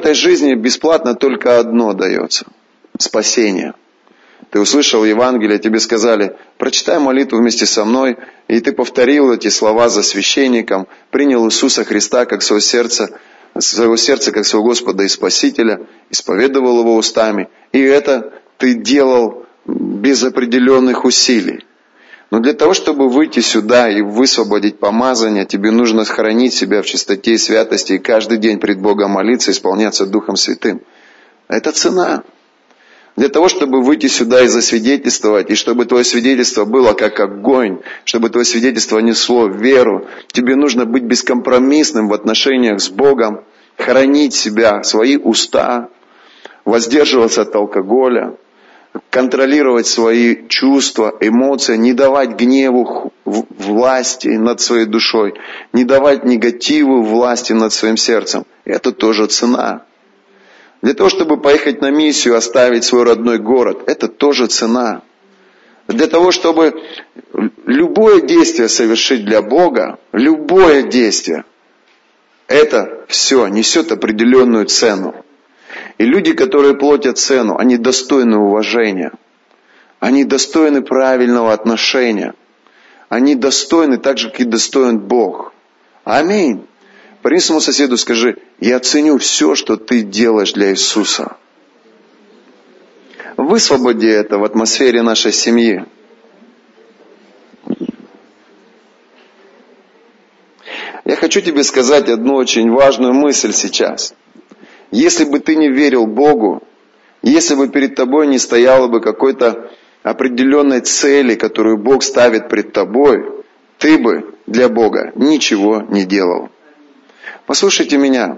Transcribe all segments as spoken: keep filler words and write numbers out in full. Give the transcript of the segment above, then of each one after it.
этой жизни бесплатно только одно дается – спасение. Ты услышал Евангелие, тебе сказали, прочитай молитву вместе со мной, и ты повторил эти слова за священником, принял Иисуса Христа как свое сердце, своего сердца как своего Господа и Спасителя, исповедовал Его устами. И это ты делал без определенных усилий. Но для того, чтобы выйти сюда и высвободить помазание, тебе нужно хранить себя в чистоте и святости, и каждый день пред Богом молиться, исполняться Духом Святым. Это цена. Для того, чтобы выйти сюда и засвидетельствовать, и чтобы твое свидетельство было как огонь, чтобы твое свидетельство несло веру, тебе нужно быть бескомпромиссным в отношениях с Богом, хранить себя, свои уста, воздерживаться от алкоголя, контролировать свои чувства, эмоции, не давать гневу власти над своей душой, не давать негативу власти над своим сердцем. Это тоже цена. Для того, чтобы поехать на миссию, оставить свой родной город, это тоже цена. Для того, чтобы любое действие совершить для Бога, любое действие, это все несет определенную цену. И люди, которые платят цену, они достойны уважения. Они достойны правильного отношения. Они достойны так же, как и достоин Бог. Аминь. Парни своему соседу скажи, я ценю все, что ты делаешь для Иисуса. Высвободи это в атмосфере нашей семьи. Я хочу тебе сказать одну очень важную мысль сейчас. Если бы ты не верил Богу, если бы перед тобой не стояло бы какой-то определенной цели, которую Бог ставит пред тобой, ты бы для Бога ничего не делал. Послушайте меня.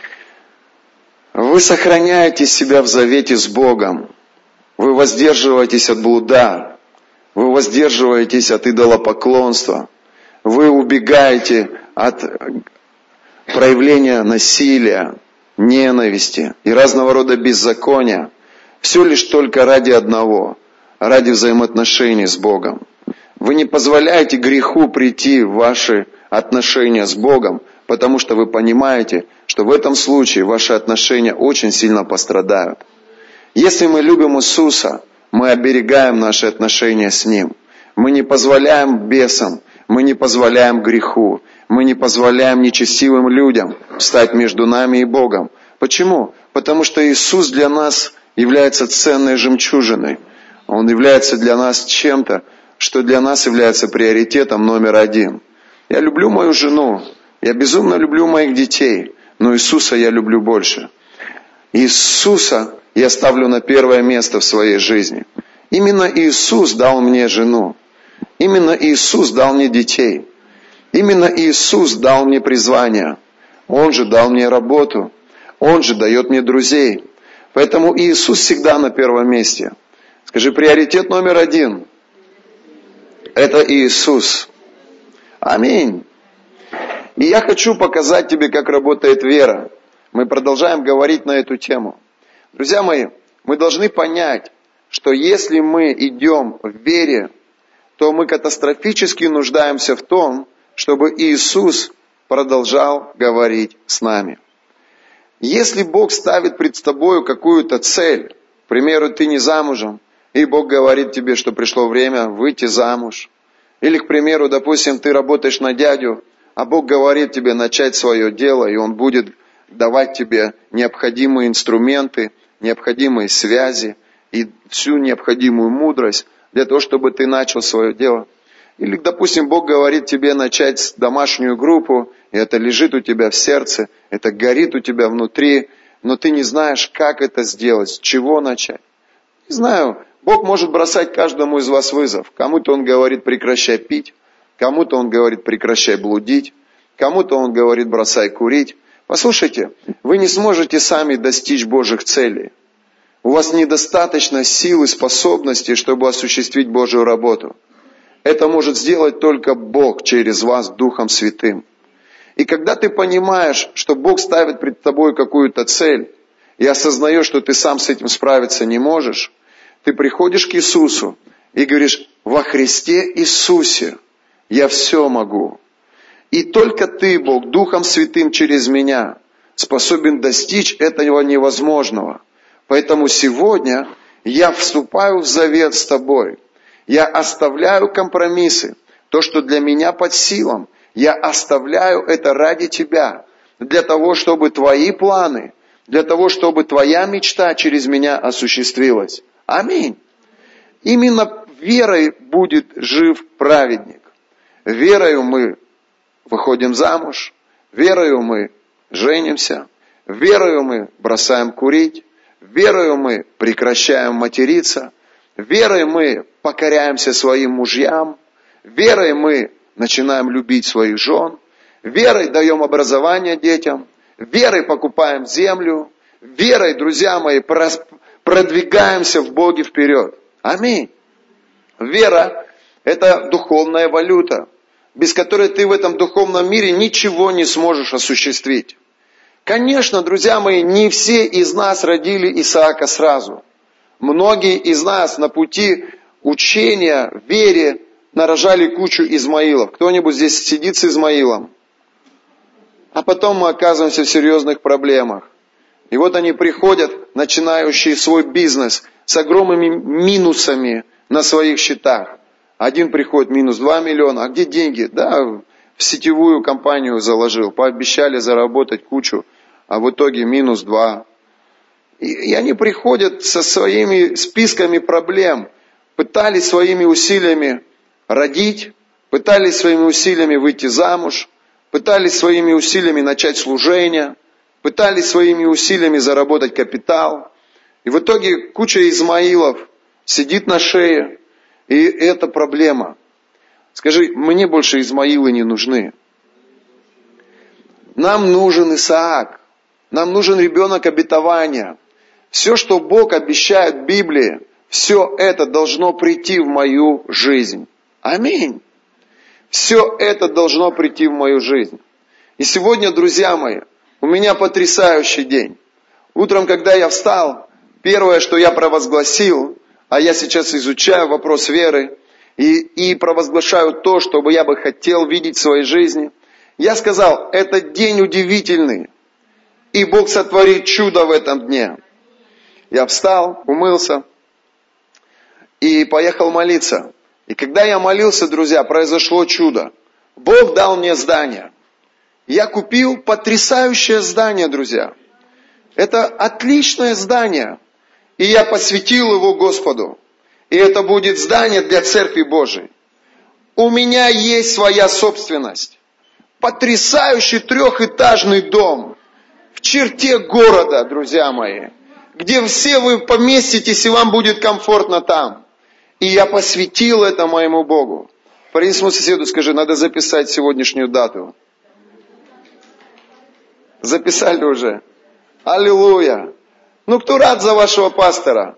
Вы сохраняете себя в завете с Богом. Вы воздерживаетесь от блуда. Вы воздерживаетесь от идолопоклонства. Вы убегаете от проявления насилия, ненависти и разного рода беззакония. Все лишь только ради одного, ради взаимоотношений с Богом. Вы не позволяете греху прийти в ваши отношения с Богом, потому что вы понимаете, что в этом случае ваши отношения очень сильно пострадают. Если мы любим Иисуса, мы оберегаем наши отношения с Ним. Мы не позволяем бесам, мы не позволяем греху, мы не позволяем нечестивым людям встать между нами и Богом. Почему? Потому что Иисус для нас является ценной жемчужиной. Он является для нас чем-то, что для нас является приоритетом номер один. Я люблю мою жену, я безумно люблю моих детей, но Иисуса я люблю больше. Иисуса я ставлю на первое место в своей жизни. Именно Иисус дал мне жену. Именно Иисус дал мне детей. Именно Иисус дал мне призвание. Он же дал мне работу. Он же дает мне друзей. Поэтому Иисус всегда на первом месте. Скажи, приоритет номер один – это Иисус. Аминь. И я хочу показать тебе, как работает вера. Мы продолжаем говорить на эту тему. Друзья мои, мы должны понять, что если мы идем в вере, то мы катастрофически нуждаемся в том, чтобы Иисус продолжал говорить с нами. Если Бог ставит пред тобой какую-то цель, к примеру, ты не замужем, и Бог говорит тебе, что пришло время выйти замуж. Или, к примеру, допустим, ты работаешь на дядю, а Бог говорит тебе начать свое дело, и Он будет давать тебе необходимые инструменты, необходимые связи и всю необходимую мудрость для того, чтобы ты начал свое дело. Или, допустим, Бог говорит тебе начать домашнюю группу, и это лежит у тебя в сердце, это горит у тебя внутри, но ты не знаешь, как это сделать, с чего начать. Не знаю, Бог может бросать каждому из вас вызов. Кому-то Он говорит, прекращай пить, кому-то Он говорит, прекращай блудить, кому-то Он говорит, бросай курить. Послушайте, вы не сможете сами достичь Божьих целей. У вас недостаточно сил и способностей, чтобы осуществить Божью работу. Это может сделать только Бог через вас Духом Святым. И когда ты понимаешь, что Бог ставит пред тобой какую-то цель, и осознаешь, что ты сам с этим справиться не можешь, ты приходишь к Иисусу и говоришь, во Христе Иисусе я все могу. И только ты, Бог, Духом Святым через меня способен достичь этого невозможного. Поэтому сегодня я вступаю в завет с тобой. Я оставляю компромиссы. То, что для меня под силам, я оставляю это ради тебя. Для того, чтобы твои планы, для того, чтобы твоя мечта через меня осуществилась. Аминь. Именно верой будет жив праведник. Верою мы выходим замуж, верою мы женимся, верою мы бросаем курить, верою мы прекращаем материться, верой мы покоряемся своим мужьям, верой мы начинаем любить своих жен, верой даем образование детям, верой покупаем землю, верой, друзья мои, продвигаемся в Боге вперед. Аминь. Вера – это духовная валюта, без которой ты в этом духовном мире ничего не сможешь осуществить. Конечно, друзья мои, не все из нас родили Исаака сразу. Многие из нас на пути учения, вере нарожали кучу Измаилов. Кто-нибудь здесь сидит с Измаилом? А потом мы оказываемся в серьезных проблемах. И вот они приходят, начинающие свой бизнес, с огромными минусами на своих счетах. Один приходит минус два миллиона. А где деньги? Да, в сетевую компанию заложил. Пообещали заработать кучу, а в итоге минус два. И, и они приходят со своими списками проблем. Пытались своими усилиями родить, пытались своими усилиями выйти замуж, пытались своими усилиями начать служение, пытались своими усилиями заработать капитал. И в итоге куча Измаилов сидит на шее, и это проблема. Скажи, мне больше Измаилы не нужны. Нам нужен Исаак, нам нужен ребенок обетования. Все, что Бог обещает в Библии, все это должно прийти в мою жизнь. Аминь. Все это должно прийти в мою жизнь. И сегодня, друзья мои, у меня потрясающий день. Утром, когда я встал, первое, что я провозгласил, а я сейчас изучаю вопрос веры и, и провозглашаю то, что бы я бы хотел видеть в своей жизни, я сказал, это день удивительный, и Бог сотворит чудо в этом дне. Я встал, умылся и поехал молиться. И когда я молился, друзья, произошло чудо. Бог дал мне здание. Я купил потрясающее здание, друзья. Это отличное здание. И я посвятил его Господу. И это будет здание для Церкви Божией. У меня есть своя собственность. Потрясающий трехэтажный дом. В черте города, друзья мои. Где все вы поместитесь, и вам будет комфортно там. И я посвятил это моему Богу. Парень своему соседу скажи, надо записать сегодняшнюю дату. Записали уже. Аллилуйя. Ну, кто рад за вашего пастора?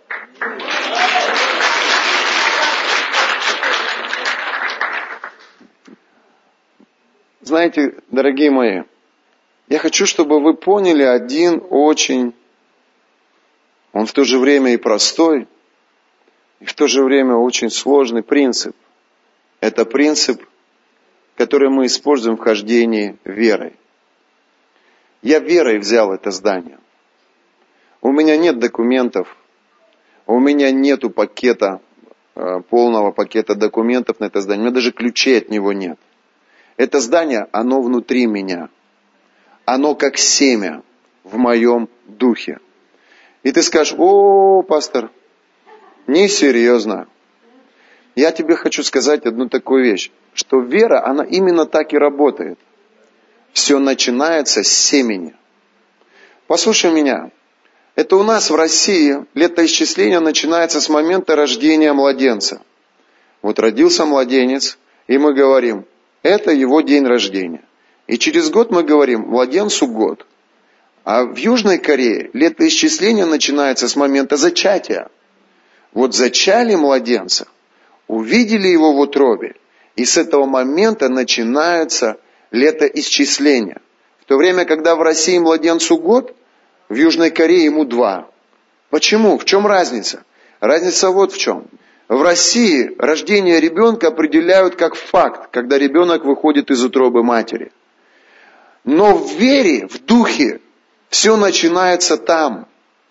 Знаете, дорогие мои, я хочу, чтобы вы поняли один очень, он в то же время и простой, и в то же время очень сложный принцип. Это принцип, который мы используем в хождении верой. Я верой взял это здание. У меня нет документов, у меня нету пакета, полного пакета документов на это здание. У меня даже ключей от него нет. Это здание, оно внутри меня. Оно как семя в моем духе. И ты скажешь, о, пастор, несерьезно. Я тебе хочу сказать одну такую вещь, что вера, она именно так и работает. Все начинается с семени. Послушай меня. Это у нас в России летоисчисление начинается с момента рождения младенца. Вот родился младенец, и мы говорим, это его день рождения. И через год мы говорим, младенцу год. А в Южной Корее летоисчисление начинается с момента зачатия. Вот зачали младенца, увидели его в утробе, и с этого момента начинается летоисчисление. В то время, когда в России младенцу год, в Южной Корее ему два. Почему? В чем разница? Разница вот в чем. В России рождение ребенка определяют как факт, когда ребенок выходит из утробы матери. Но в вере, в духе, Все начинается там.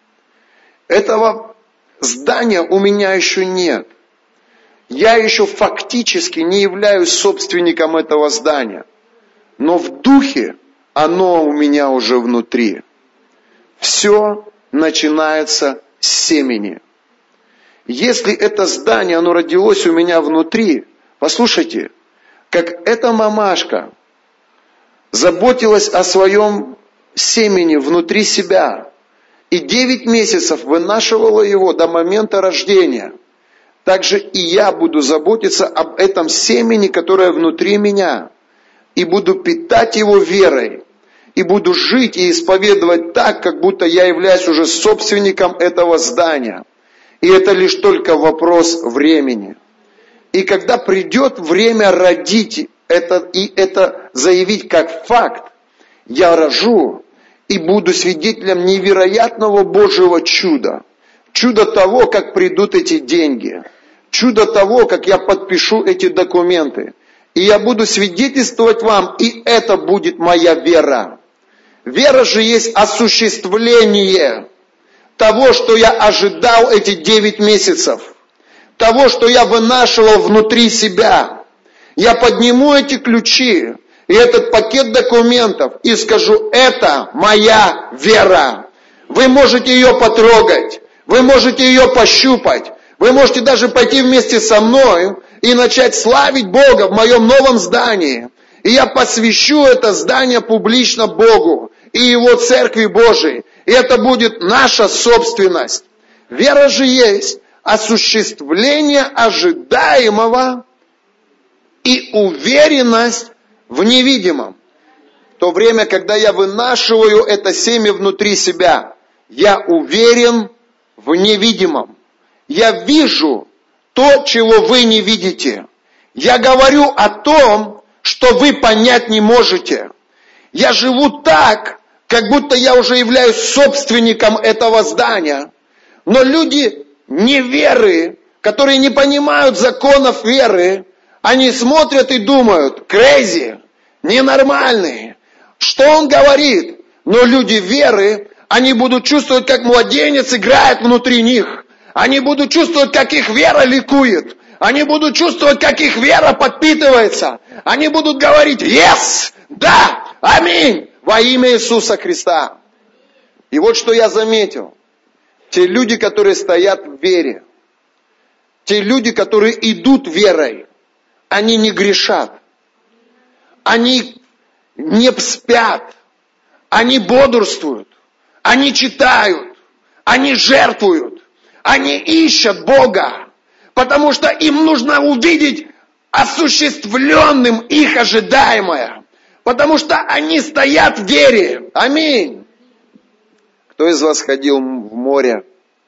Этого здания у меня еще нет. Я еще фактически не являюсь собственником этого здания. Но в духе оно у меня уже внутри. Все начинается с семени. Если это здание, оно родилось у меня внутри, послушайте, как эта мамашка заботилась о своем семени внутри себя и девять месяцев вынашивала его до момента рождения, так же и я буду заботиться об этом семени, которое внутри меня, и буду питать его верой, и буду жить и исповедовать так, как будто я являюсь уже собственником этого здания. И это лишь только вопрос времени. И когда придет время родить это, и это заявить как факт, я рожу и буду свидетелем невероятного Божьего чуда. Чудо того, как придут эти деньги. Чудо того, как я подпишу эти документы. И я буду свидетельствовать вам, и это будет моя вера. Вера же есть осуществление того, что я ожидал эти девять месяцев. Того, что я вынашивал внутри себя. Я подниму эти ключи и этот пакет документов и скажу, это моя вера. Вы можете ее потрогать, вы можете ее пощупать, вы можете даже пойти вместе со мной и начать славить Бога в моем новом здании. И я посвящу это здание публично Богу и Его Церкви Божией. И это будет наша собственность. Вера же есть осуществление ожидаемого и уверенность в невидимом. В то время, когда я вынашиваю это семя внутри себя, я уверен в невидимом. Я вижу то, чего вы не видите. Я говорю о том, что вы понять не можете. Я живу так, как будто я уже являюсь собственником этого здания. Но люди неверы, которые не понимают законов веры, они смотрят и думают, crazy, ненормальные. Что он говорит? Но люди веры, они будут чувствовать, как младенец играет внутри них. Они будут чувствовать, как их вера ликует. Они будут чувствовать, как их вера подпитывается. Они будут говорить, yes, да, аминь, во имя Иисуса Христа. И вот что я заметил. Те люди, которые стоят в вере, те люди, которые идут верой, они не грешат. Они не спят. Они бодрствуют. Они читают. Они жертвуют. Они ищут Бога. Потому что им нужно увидеть осуществленным их ожидаемое. Потому что они стоят в вере. Аминь. Кто из вас ходил в море?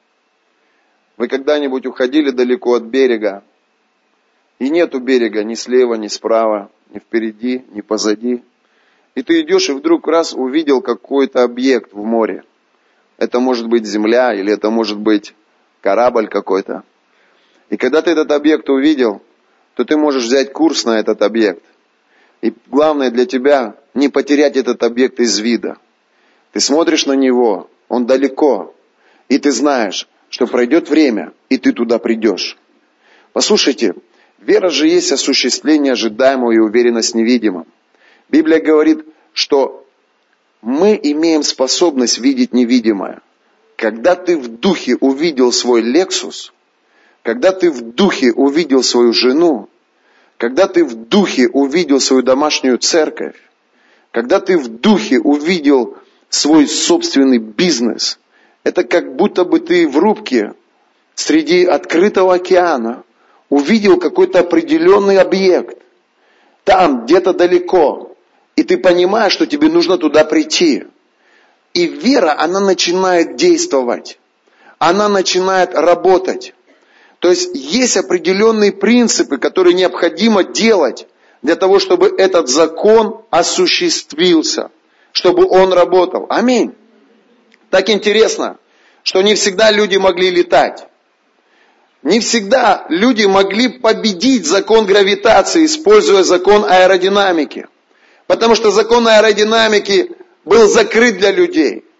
Вы когда-нибудь уходили далеко от берега? И нету берега ни слева, ни справа, ни впереди, ни позади. И ты идешь и вдруг раз увидел какой-то объект в море. Это может быть земля, или это может быть корабль какой-то. И когда ты этот объект увидел, то ты можешь взять курс на этот объект. И главное для тебя не потерять этот объект из вида. Ты смотришь на него, он далеко, и ты знаешь, что пройдет время, и ты туда придешь. Послушайте, вера же есть осуществление ожидаемого и уверенность в невидимом. Библия говорит, что мы имеем способность видеть невидимое. Когда ты в духе увидел свой Lexus, когда ты в духе увидел свою жену, когда ты в духе увидел свою домашнюю церковь, когда ты в духе увидел свой собственный бизнес, это как будто бы ты в рубке среди открытого океана увидел какой-то определенный объект, там, где-то далеко, и ты понимаешь, что тебе нужно туда прийти. И вера, она начинает действовать, она начинает работать. То есть есть определенные принципы, которые необходимо делать для того, чтобы этот закон осуществился, чтобы он работал. Аминь. Так интересно, что не всегда люди могли летать. Не всегда люди могли победить закон гравитации, используя закон аэродинамики. Потому что закон аэродинамики был закрыт для людей.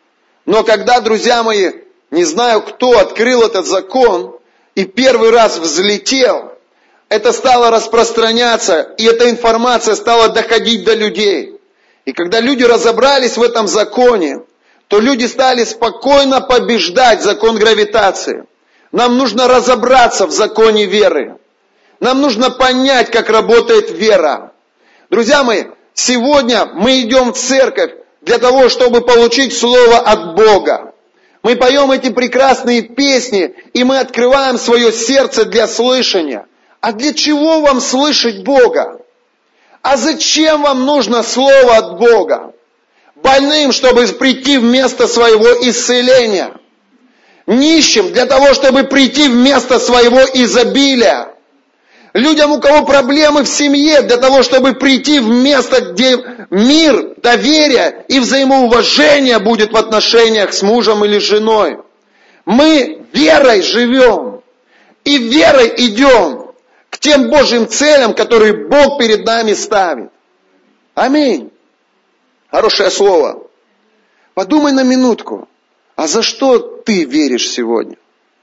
Но когда, друзья мои, не знаю, кто открыл этот закон и первый раз взлетел, это стало распространяться, и эта информация стала доходить до людей. И когда люди разобрались в этом законе, то люди стали спокойно побеждать закон гравитации. Нам нужно разобраться в законе веры. Нам нужно понять, как работает вера. Друзья мои, сегодня мы идем в церковь для того, чтобы получить слово от Бога. Мы поем эти прекрасные песни, и мы открываем свое сердце для слышания. А для чего вам слышать Бога? А зачем вам нужно слово от Бога? Больным, чтобы прийти в место своего исцеления. Нищим, для того, чтобы прийти в место своего изобилия. Людям, у кого проблемы в семье, для того, чтобы прийти в место, где мир, доверие и взаимоуважение будет в отношениях с мужем или женой. Мы верой живем и верой идем к тем Божьим целям, которые Бог перед нами ставит. Аминь. Хорошее слово. Подумай на минутку, а за что ты веришь сегодня?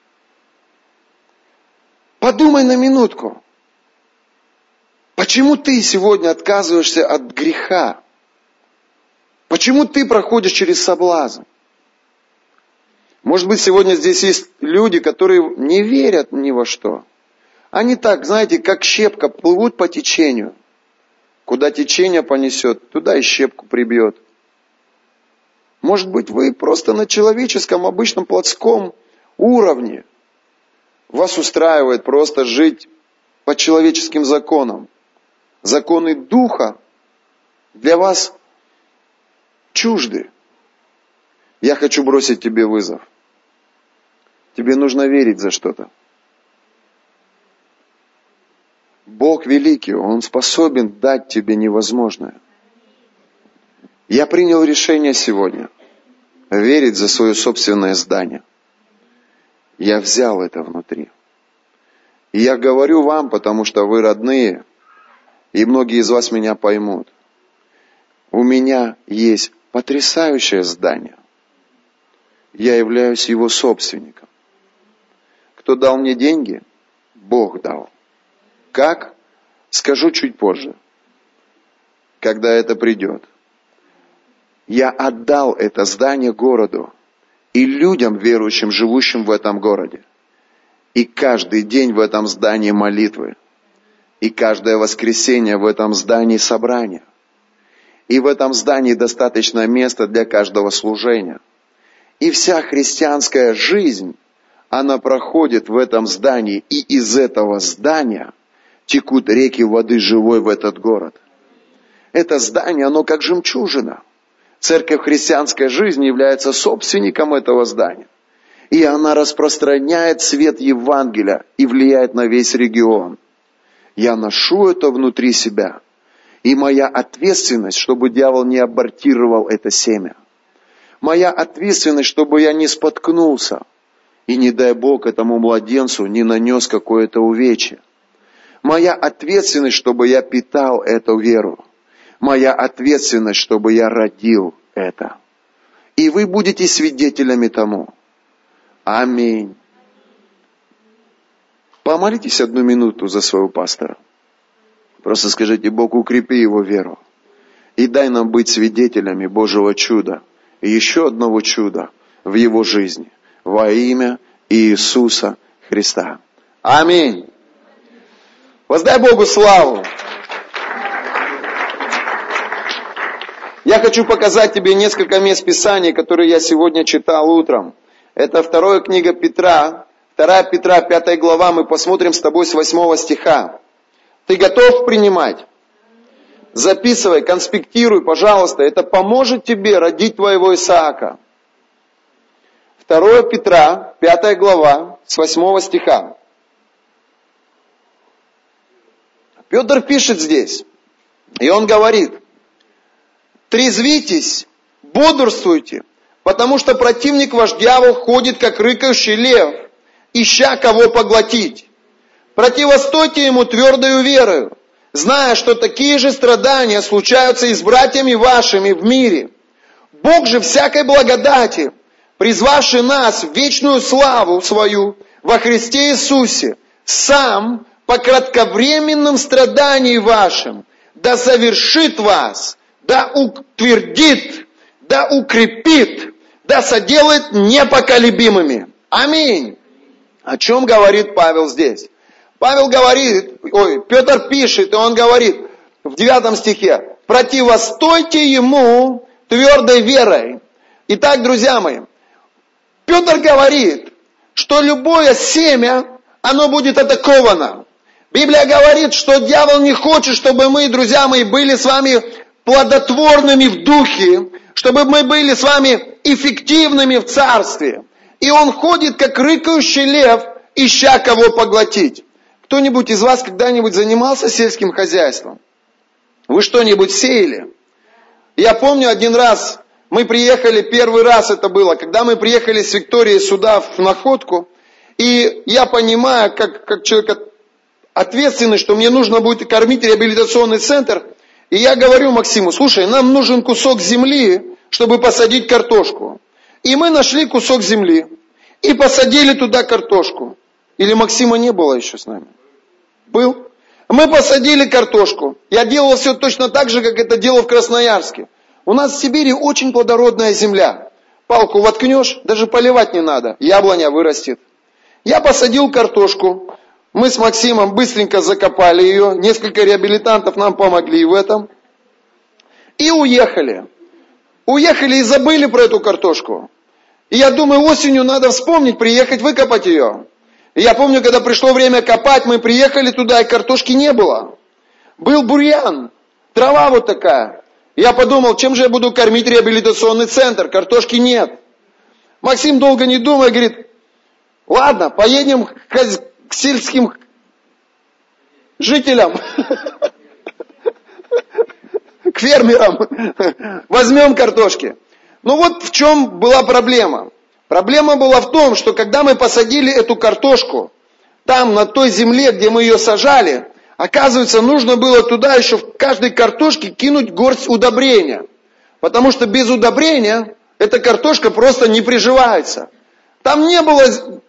Подумай на минутку. Почему ты сегодня отказываешься от греха? Почему ты проходишь через соблазн? Может быть, сегодня здесь есть люди, которые не верят ни во что. Они так, знаете, как щепка, плывут по течению. Куда течение понесет, туда и щепку прибьет. Может быть, вы просто на человеческом, обычном, плотском уровне. Вас устраивает просто жить по человеческим законам. Законы Духа для вас чужды. Я хочу бросить тебе вызов. Тебе нужно верить за что-то. Бог великий, Он способен дать тебе невозможное. Я принял решение сегодня верить за свое собственное здание. Я взял это внутри. И я говорю вам, потому что вы родные, и многие из вас меня поймут. У меня есть потрясающее здание. Я являюсь его собственником. Кто дал мне деньги? Бог дал. Как? Скажу чуть позже, когда это придет. Я отдал это здание городу и людям, верующим, живущим в этом городе. И каждый день в этом здании молитвы. И каждое воскресенье в этом здании собрания. И в этом здании достаточно места для каждого служения. И вся христианская жизнь, она проходит в этом здании. И из этого здания текут реки воды живой в этот город. Это здание, оно как жемчужина. Церковь христианской жизни является собственником этого здания. И она распространяет свет Евангелия и влияет на весь регион. Я ношу это внутри себя. И моя ответственность, чтобы дьявол не абортировал это семя. Моя ответственность, чтобы я не споткнулся. И не дай Бог этому младенцу не нанес какое-то увечье. Моя ответственность, чтобы я питал эту веру. Моя ответственность, чтобы я родил это. И вы будете свидетелями тому. Аминь. Помолитесь одну минуту за своего пастора. Просто скажите: Бог, укрепи его веру. И дай нам быть свидетелями Божьего чуда. И еще одного чуда в его жизни. Во имя Иисуса Христа. Аминь. Воздай Богу славу. Я хочу показать тебе несколько мест Писания, которые я сегодня читал утром. Это вторая книга Петра, вторая Петра, пятая глава. Мы посмотрим с тобой с восьмого стиха. Ты готов принимать? Записывай, конспектируй, пожалуйста. Это поможет тебе родить твоего Исаака. вторая Петра, пятая глава, с восьмого стиха. Петр пишет здесь, и он говорит: трезвитесь, бодрствуйте, потому что противник ваш дьявол ходит, как рыкающий лев, ища кого поглотить. Противостойте ему твердою верою, зная, что такие же страдания случаются и с братьями вашими в мире. Бог же всякой благодати, призвавший нас в вечную славу свою во Христе Иисусе, сам по кратковременном страдании вашим, да совершит вас, да утвердит, да укрепит, да соделает непоколебимыми. Аминь. О чем говорит Павел здесь? Павел говорит, ой, Петр пишет, и он говорит в девятом стихе: противостойте ему твердой верой. Итак, друзья мои, Петр говорит, что любое семя, оно будет атаковано. Библия говорит, что дьявол не хочет, чтобы мы, друзья мои, были с вами плодотворными в духе, чтобы мы были с вами эффективными в царстве. И он ходит, как рыкающий лев, ища кого поглотить. Кто-нибудь из вас когда-нибудь занимался сельским хозяйством? Вы что-нибудь сеяли? Я помню один раз, мы приехали, первый раз это было, когда мы приехали с Викторией сюда в Находку, и я понимаю, как, как человек ответственный, что мне нужно будет кормить реабилитационный центр, и я говорю Максиму: слушай, нам нужен кусок земли, чтобы посадить картошку. И мы нашли кусок земли, и посадили туда картошку. Или Максима не было еще с нами? Был? Мы посадили картошку. Я делал все точно так же, как это делал в Красноярске. У нас в Сибири очень плодородная земля. Палку воткнешь, даже поливать не надо. Яблоня вырастет. Я посадил картошку. Мы с Максимом быстренько закопали ее. Несколько реабилитантов нам помогли в этом. И уехали. Уехали и забыли про эту картошку. И я думаю, осенью надо вспомнить, приехать, выкопать ее. И я помню, когда пришло время копать, мы приехали туда, и картошки не было. Был бурьян, трава вот такая. Я подумал, чем же я буду кормить реабилитационный центр? Картошки нет. Максим, долго не думая, говорит: ладно, поедем к сельским жителям, к фермерам, возьмем картошки. Ну вот в чем была проблема. Проблема была в том, что когда мы посадили эту картошку, там на той земле, где мы ее сажали, оказывается, нужно было туда еще в каждой картошке кинуть горсть удобрения. Потому что без удобрения эта картошка просто не приживается. Там не было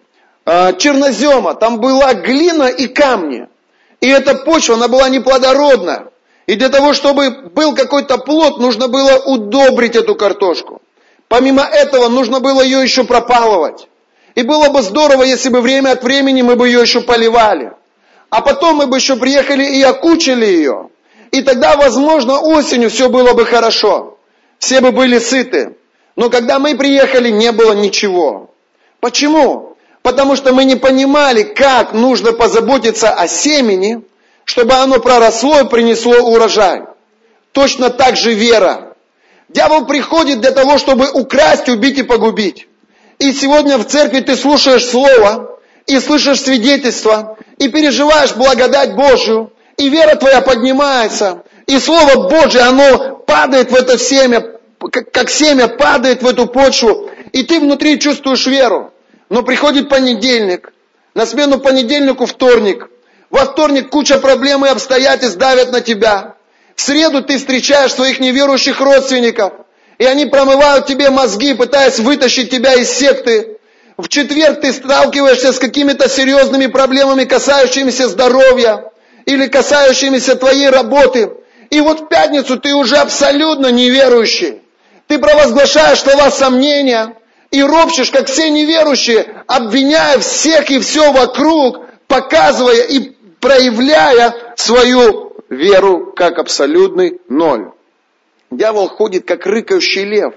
э, чернозема, там была глина и камни. И эта почва, она была неплодородна. И для того, чтобы был какой-то плод, нужно было удобрить эту картошку. Помимо этого, нужно было ее еще пропалывать. И было бы здорово, если бы время от времени мы бы ее еще поливали. А потом мы бы еще приехали и окучили ее. И тогда, возможно, осенью все было бы хорошо. Все бы были сыты. Но когда мы приехали, не было ничего. Почему? Потому что мы не понимали, как нужно позаботиться о семени, чтобы оно проросло и принесло урожай. Точно так же вера. Дьявол приходит для того, чтобы украсть, убить и погубить. И сегодня в церкви ты слушаешь слово, и слышишь свидетельство, и переживаешь благодать Божью, и вера твоя поднимается, и Слово Божье, оно падает в это семя, как семя падает в эту почву, и ты внутри чувствуешь веру. Но приходит понедельник, на смену понедельнику вторник, во вторник куча проблем и обстоятельств давят на тебя. В среду ты встречаешь своих неверующих родственников, и они промывают тебе мозги, пытаясь вытащить тебя из секты. В четверг ты сталкиваешься с какими-то серьезными проблемами, касающимися здоровья или касающимися твоей работы. И вот в пятницу ты уже абсолютно неверующий. Ты провозглашаешь слова сомнения и ропщешь, как все неверующие, обвиняя всех и все вокруг, показывая и проявляя свою веру как абсолютный ноль. Дьявол ходит, как рыкающий лев,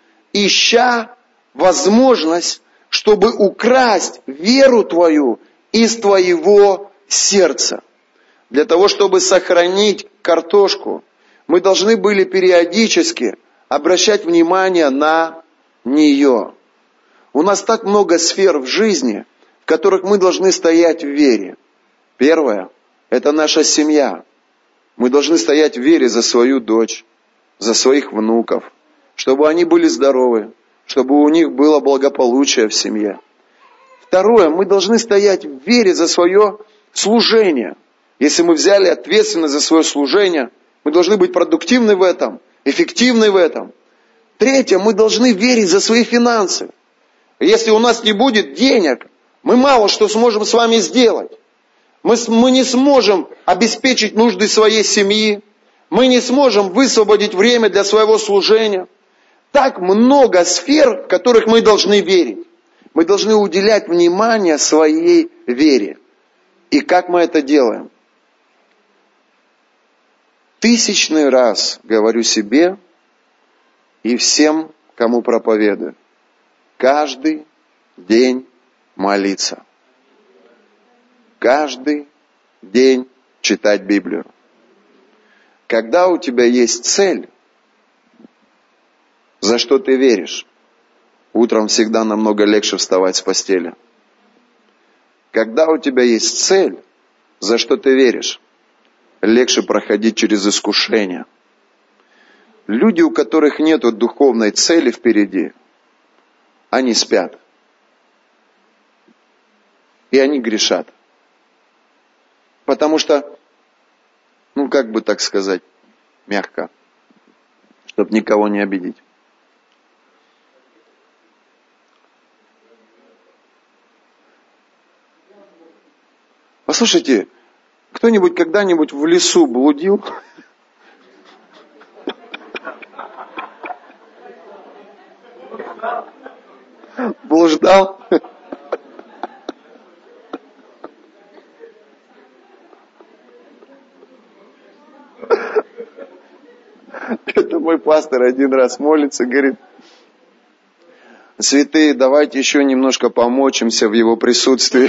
ища возможность, чтобы украсть веру твою из твоего сердца. Для того, чтобы сохранить картошку, мы должны были периодически обращать внимание на нее. У нас так много сфер в жизни, в которых мы должны стоять в вере. Первое – это наша семья. Мы должны стоять в вере за свою дочь, за своих внуков, чтобы они были здоровы, чтобы у них было благополучие в семье. Второе, мы должны стоять в вере за свое служение. Если мы взяли ответственность за свое служение, мы должны быть продуктивны в этом, эффективны в этом. Третье, мы должны верить за свои финансы. Если у нас не будет денег, мы мало что сможем с вами сделать. Мы, мы не сможем обеспечить нужды своей семьи. Мы не сможем высвободить время для своего служения. Так много сфер, в которых мы должны верить. Мы должны уделять внимание своей вере. И как мы это делаем? Тысячный раз говорю себе и всем, кому проповедую. Каждый день молиться. Каждый день читать Библию. Когда у тебя есть цель, за что ты веришь, утром всегда намного легче вставать с постели. Когда у тебя есть цель, за что ты веришь, легче проходить через искушения. Люди, у которых нет духовной цели впереди, они спят. И они грешат. Потому что, ну как бы так сказать, мягко, чтобы никого не обидеть. Послушайте, кто-нибудь когда-нибудь в лесу блудил? Блуждал? Это мой пастор один раз молится, говорит: святые, давайте еще немножко помочимся в его присутствии.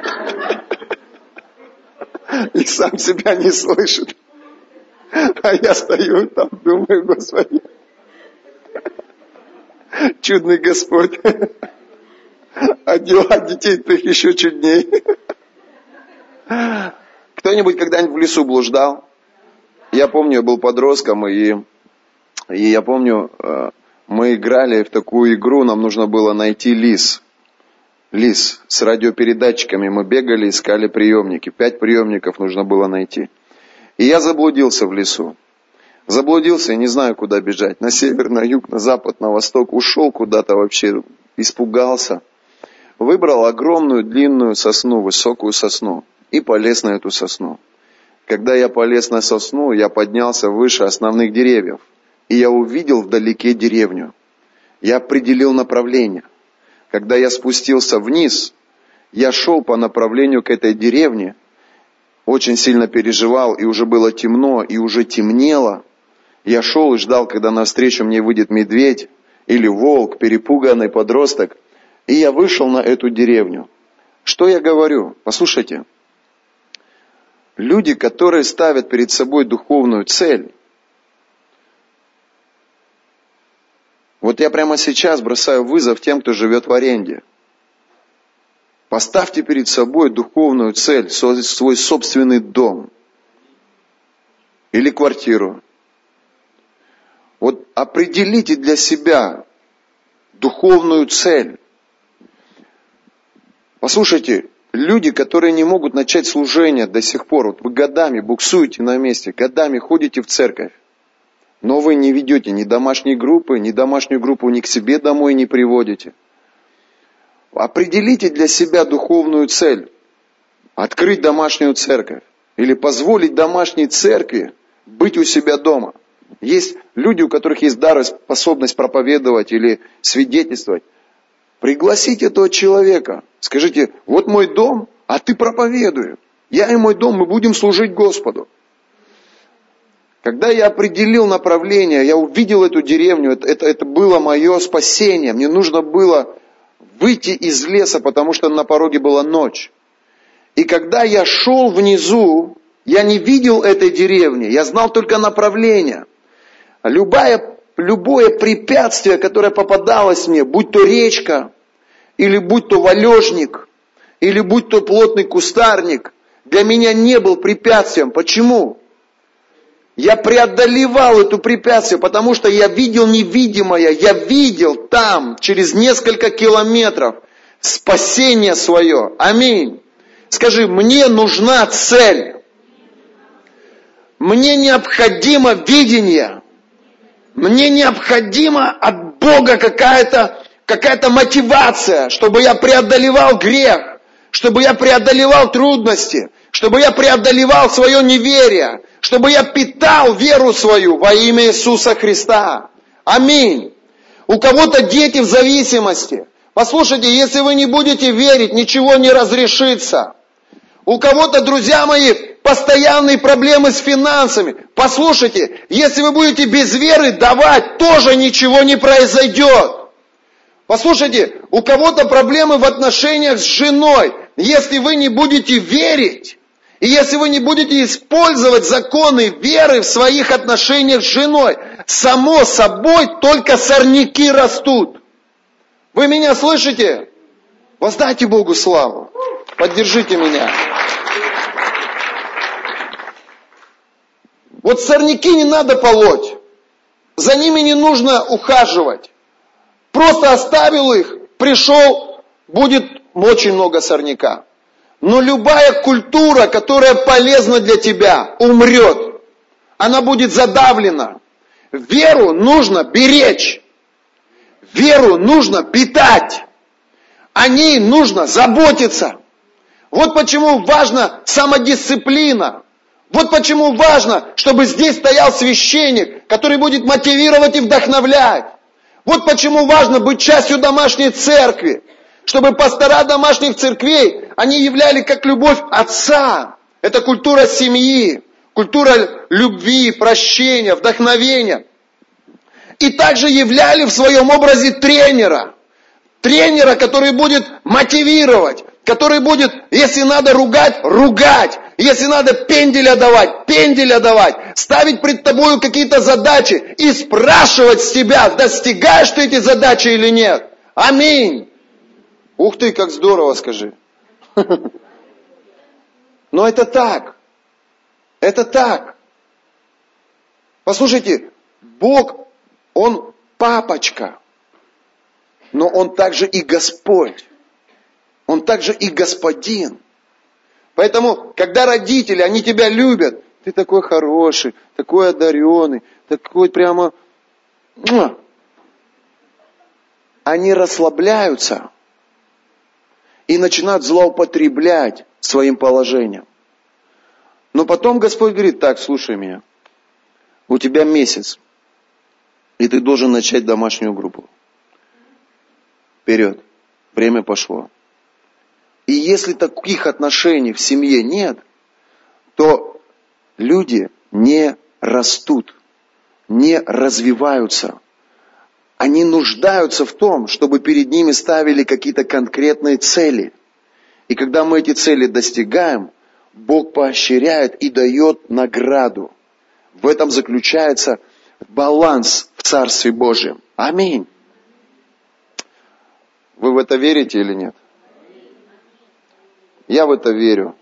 И сам себя не слышит. А я стою там, думаю: Господи, чудный Господь. А дела детей их еще чудней. Кто-нибудь когда-нибудь в лесу блуждал? Я помню, я был подростком, и, и я помню, мы играли в такую игру, нам нужно было найти лис. Лис с радиопередатчиками. Мы бегали, искали приемники. Пять приемников нужно было найти. И я заблудился в лесу. Заблудился и не знаю, куда бежать. На север, на юг, на запад, на восток. Ушел куда-то вообще, испугался. Выбрал огромную длинную сосну, высокую сосну. И полез на эту сосну. Когда я полез на сосну, я поднялся выше основных деревьев. И я увидел вдалеке деревню. Я определил направление. Когда я спустился вниз, я шел по направлению к этой деревне, очень сильно переживал, и уже было темно, и уже темнело. Я шел и ждал, когда навстречу мне выйдет медведь или волк, перепуганный подросток. И я вышел на эту деревню. Что я говорю? Послушайте. Люди, которые ставят перед собой духовную цель, вот я прямо сейчас бросаю вызов тем, кто живет в аренде. Поставьте перед собой духовную цель, свой собственный дом или квартиру. Вот определите для себя духовную цель. Послушайте, люди, которые не могут начать служение до сих пор, вот вы годами буксуете на месте, годами ходите в церковь, но вы не ведете ни домашней группы, ни домашнюю группу ни к себе домой не приводите. Определите для себя духовную цель. Открыть домашнюю церковь. Или позволить домашней церкви быть у себя дома. Есть люди, у которых есть дар и способность проповедовать или свидетельствовать. Пригласите этого человека. Скажите: вот мой дом, а ты проповедуй. Я и мой дом, мы будем служить Господу. Когда я определил направление, я увидел эту деревню, это, это, это было мое спасение. Мне нужно было выйти из леса, потому что на пороге была ночь. И когда я шел внизу, я не видел этой деревни, я знал только направление. Любое, любое препятствие, которое попадалось мне, будь то речка, или будь то валежник, или будь то плотный кустарник, для меня не был препятствием. Почему? Я преодолевал это препятствие, потому что я видел невидимое, я видел там, через несколько километров, спасение свое. Аминь. Скажи: мне нужна цель. Мне необходимо видение. Мне необходимо от Бога какая-то какая-то мотивация, чтобы я преодолевал грех, чтобы я преодолевал трудности, чтобы я преодолевал свое неверие, чтобы я питал веру свою во имя Иисуса Христа. Аминь. У кого-то дети в зависимости. Послушайте, если вы не будете верить, ничего не разрешится. У кого-то, друзья мои, постоянные проблемы с финансами. Послушайте, если вы будете без веры давать, тоже ничего не произойдет. Послушайте, у кого-то проблемы в отношениях с женой. Если вы не будете верить, и если вы не будете использовать законы веры в своих отношениях с женой, само собой только сорняки растут. Вы меня слышите? Воздайте Богу славу. Поддержите меня. Вот сорняки не надо полоть. За ними не нужно ухаживать. Просто оставил их, пришел, будет очень много сорняка. Но любая культура, которая полезна для тебя, умрет. Она будет задавлена. Веру нужно беречь. Веру нужно питать. О ней нужно заботиться. Вот почему важна самодисциплина. Вот почему важно, чтобы здесь стоял священник, который будет мотивировать и вдохновлять. Вот почему важно быть частью домашней церкви. Чтобы пастора домашних церквей, они являли как любовь отца. Это культура семьи, культура любви, прощения, вдохновения. И также являли в своем образе тренера. Тренера, который будет мотивировать, который будет, если надо ругать, ругать. Если надо пенделя давать, пенделя давать. Ставить пред тобою какие-то задачи и спрашивать с тебя, достигаешь ты эти задачи или нет. Аминь. Ух ты, как здорово, скажи. Но это так. Это так. Послушайте, Бог, Он папочка. Но Он также и Господь. Он также и Господин. Поэтому, когда родители, они тебя любят, ты такой хороший, такой одаренный, такой прямо... Они расслабляются и начинают злоупотреблять своим положением. Но потом Господь говорит, так, слушай меня, у тебя месяц, и ты должен начать домашнюю группу. Вперед, время пошло. И если таких отношений в семье нет, то люди не растут, не развиваются. Они нуждаются в том, чтобы перед ними ставили какие-то конкретные цели. И когда мы эти цели достигаем, Бог поощряет и дает награду. В этом заключается баланс в Царстве Божьем. Аминь. Вы в это верите или нет? Я в это верю.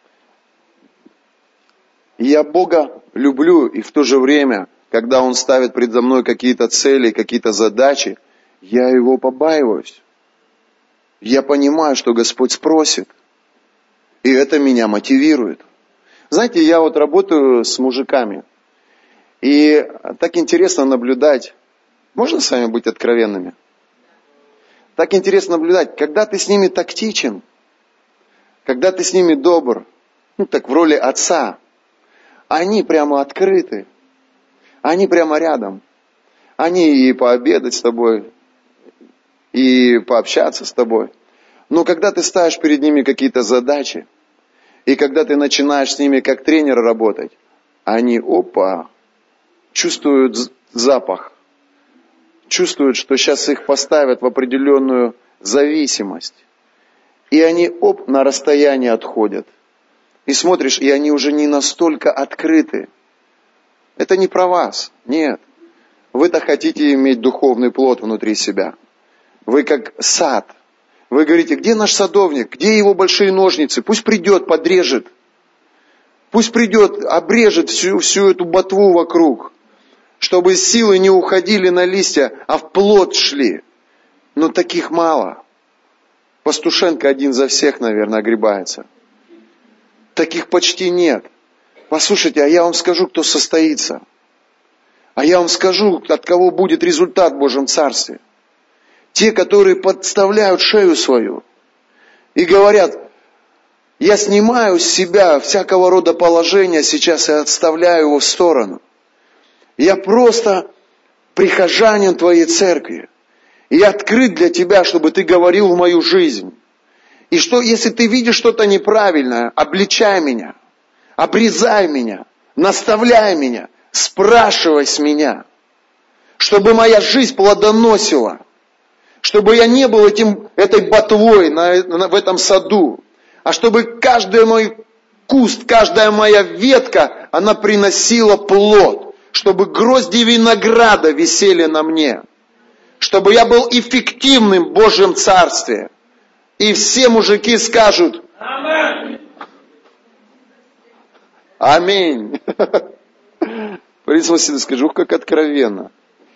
И я Бога люблю, и в то же время, когда Он ставит предо мной какие-то цели, какие-то задачи, я Его побаиваюсь. Я понимаю, что Господь спросит. И это меня мотивирует. Знаете, я вот работаю с мужиками. И так интересно наблюдать. Можно с вами быть откровенными? Так интересно наблюдать, когда ты с ними тактичен, когда ты с ними добр, ну так в роли отца, они прямо открыты, они прямо рядом. Они и пообедать с тобой, и пообщаться с тобой. Но когда ты ставишь перед ними какие-то задачи, и когда ты начинаешь с ними как тренер работать, они, опа, чувствуют запах, чувствуют, что сейчас их поставят в определенную зависимость. И они, оп, на расстояние отходят. И смотришь, и они уже не настолько открыты. Это не про вас, нет. Вы-то хотите иметь духовный плод внутри себя. Вы как сад. Вы говорите, где наш садовник, где его большие ножницы? Пусть придет, подрежет. Пусть придет, обрежет всю, всю эту ботву вокруг. Чтобы силы не уходили на листья, а в плод шли. Но таких мало. Пастушенко один за всех, наверное, огребается. Таких почти нет. Послушайте, а я вам скажу, кто состоится. А я вам скажу, от кого будет результат в Божьем Царстве. Те, которые подставляют шею свою и говорят: я снимаю с себя всякого рода положения сейчас и отставляю его в сторону. Я просто прихожанин Твоей церкви. И я открыт для Тебя, чтобы Ты говорил в мою жизнь. И что, если Ты видишь что-то неправильное, обличай меня, обрезай меня, наставляй меня, спрашивай с меня, чтобы моя жизнь плодоносила, чтобы я не был этим, этой ботвой на, на, в этом саду, а чтобы каждый мой куст, каждая моя ветка, она приносила плод, чтобы грозди винограда висели на мне, чтобы я был эффективным в Божьем Царстве. И все мужики скажут: Аминь. Аминь. Борис Васильевич, скажу, ух, как откровенно.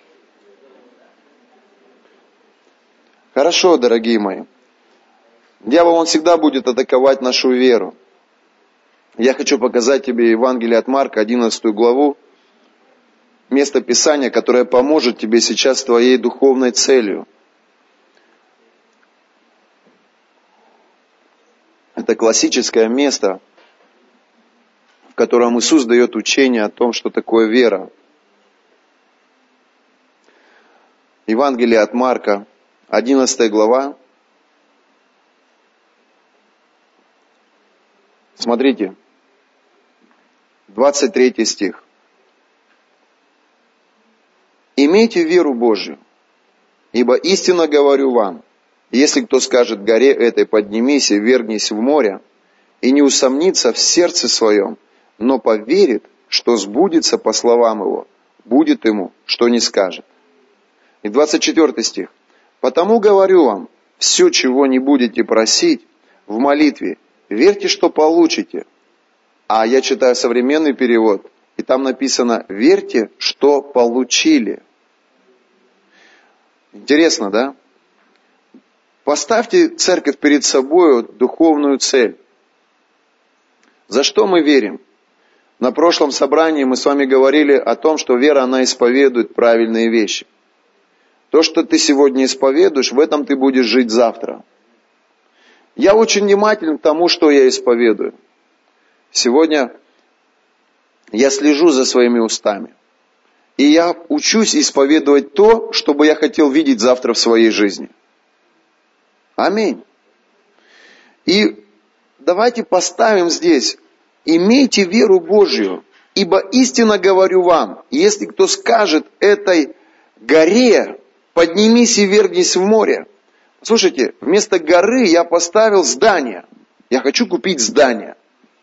Хорошо, дорогие мои. Дьявол, он всегда будет атаковать нашу веру. Я хочу показать тебе Евангелие от Марка, одиннадцатую главу, место Писания, которое поможет тебе сейчас с твоей духовной целью. Это классическое место, в котором Иисус дает учение о том, что такое вера. Евангелие от Марка, одиннадцатая глава. Смотрите, двадцать третий стих. «Имейте веру Божию, ибо истинно говорю вам, если кто скажет горе этой: поднимись и вергнись в море, и не усомнится в сердце своем, но поверит, что сбудется по словам его, будет ему, что не скажет». И двадцать четвёртый стих. «Потому говорю вам, все, чего не будете просить в молитве, верьте, что получите». А я читаю современный перевод, и там написано: верьте, что получили. Интересно, да? Поставьте, церковь, перед собой духовную цель. За что мы верим? На прошлом собрании мы с вами говорили о том, что вера, она исповедует правильные вещи. То, что ты сегодня исповедуешь, в этом ты будешь жить завтра. Я очень внимателен к тому, что я исповедую. Сегодня я слежу за своими устами. И я учусь исповедовать то, что бы я хотел видеть завтра в своей жизни. Аминь. И давайте поставим здесь: имейте веру Божью, ибо истинно говорю вам, если кто скажет этой горе: поднимись и вергнись в море. Слушайте, вместо горы я поставил здание. Я хочу купить здание.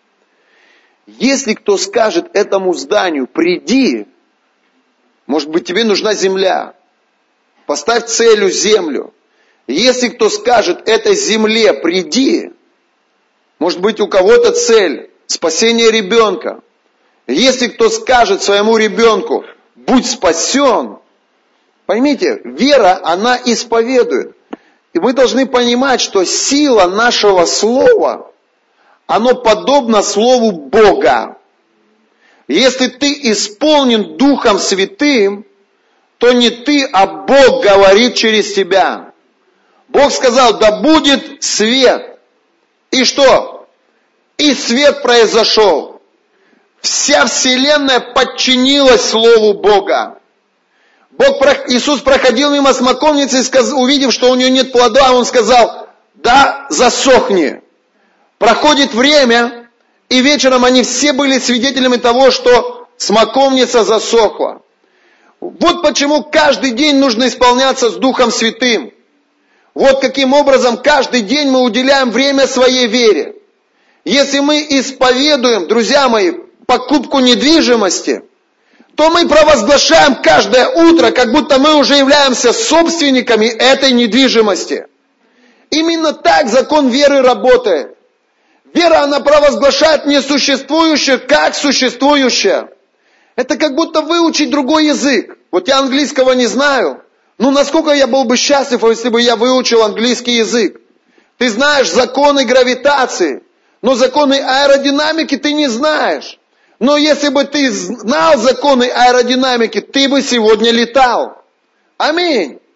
Если кто скажет этому зданию: приди, может быть, тебе нужна земля, поставь целью землю. Если кто скажет этой земле: приди, может быть, у кого-то цель спасение ребенка. Если кто скажет своему ребенку: будь спасен, поймите, вера, она исповедует. И мы должны понимать, что сила нашего слова, оно подобно Слову Бога. Если ты исполнен Духом Святым, то не ты, а Бог говорит через тебя. Бог сказал: да будет свет. И что? И свет произошел. Вся вселенная подчинилась Слову Бога. Бог, Иисус проходил мимо смоковницы, и, увидев, что у нее нет плода, Он сказал: да, засохни. Проходит время, и вечером они все были свидетелями того, что смоковница засохла. Вот почему каждый день нужно исполняться с Духом Святым. Вот каким образом каждый день мы уделяем время своей вере. Если мы исповедуем, друзья мои, покупку недвижимости, то мы провозглашаем каждое утро, как будто мы уже являемся собственниками этой недвижимости. Именно так закон веры работает. Вера, она провозглашает несуществующее как существующее. Это как будто выучить другой язык. Вот я английского не знаю. Ну, насколько я был бы счастлив, если бы я выучил английский язык. Ты знаешь законы гравитации, но законы аэродинамики ты не знаешь. Но если бы ты знал законы аэродинамики, ты бы сегодня летал. Аминь.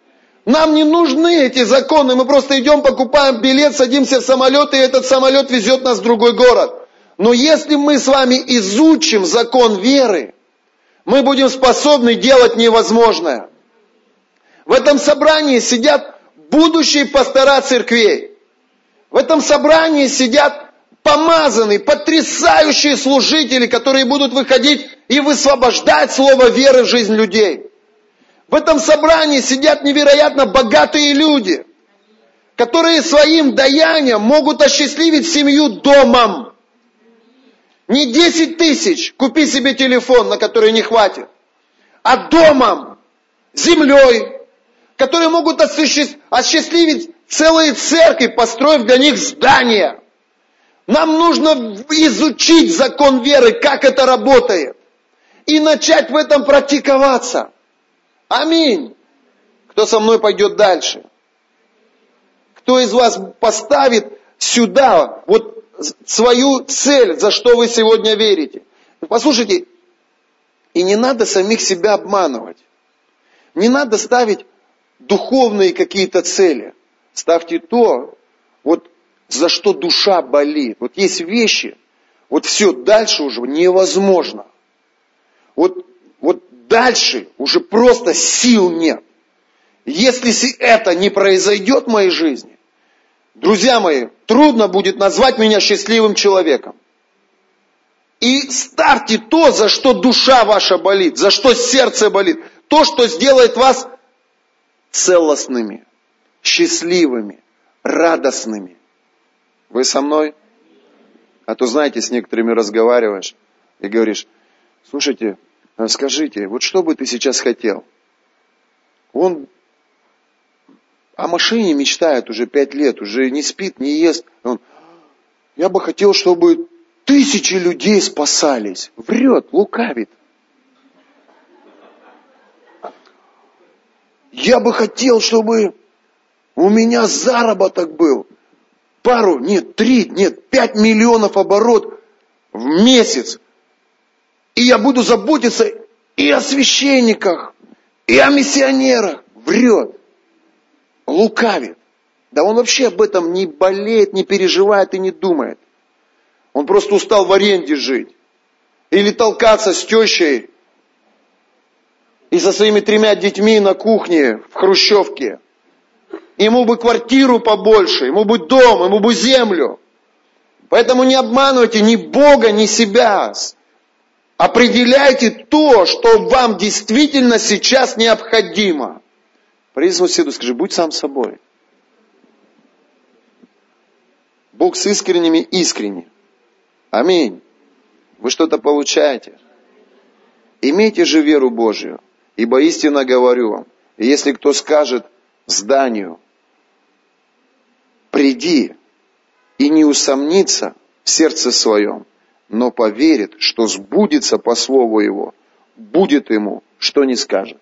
Нам не нужны эти законы. Мы просто идем, покупаем билет, садимся в самолет, и этот самолет везет нас в другой город. Но если мы с вами изучим закон веры, мы будем способны делать невозможное. В этом собрании сидят будущие пастора церквей. В этом собрании сидят помазанные, потрясающие служители, которые будут выходить и высвобождать слово веры в жизнь людей. В этом собрании сидят невероятно богатые люди, которые своим даянием могут осчастливить семью домом. Не десять тысяч, купи себе телефон, на который не хватит, а домом, землей, которые могут осчастливить целые церкви, построив для них здания. Нам нужно изучить закон веры, как это работает, и начать в этом практиковаться. Аминь. Кто со мной пойдет дальше? Кто из вас поставит сюда вот свою цель, за что вы сегодня верите? Послушайте, и не надо самих себя обманывать. Не надо ставить духовные какие-то цели. Ставьте то, вот за что душа болит. Вот есть вещи, вот все, дальше уже невозможно. Вот, вот дальше уже просто сил нет. Если это не произойдет в моей жизни, друзья мои, трудно будет назвать меня счастливым человеком. И ставьте то, за что душа ваша болит, за что сердце болит. То, что сделает вас целостными, счастливыми, радостными. Вы со мной? А то, знаете, с некоторыми разговариваешь и говоришь: слушайте, скажите, вот что бы ты сейчас хотел? Он о машине мечтает уже пять лет, уже не спит, не ест. Он: я бы хотел, чтобы тысячи людей спасались. Врет, лукавит. Я бы хотел, чтобы у меня заработок был. Пару, нет, три, нет, пять миллионов оборот в месяц. И я буду заботиться и о священниках, и о миссионерах. Врет. Лукавит. Да он вообще об этом не болеет, не переживает и не думает. Он просто устал в аренде жить. Или толкаться с тещей и со своими тремя детьми на кухне в хрущевке. Ему бы квартиру побольше, ему бы дом, ему бы землю. Поэтому не обманывайте ни Бога, ни себя. Определяйте то, что вам действительно сейчас необходимо. Придя соседу, скажи: будь сам собой. Бог с искренними искренне. Аминь. Вы что-то получаете. Имейте же веру Божию, ибо истинно говорю вам, и если кто скажет зданию: приди, и не усомнится в сердце своем, но поверит, что сбудется по слову его, будет ему, что не скажет.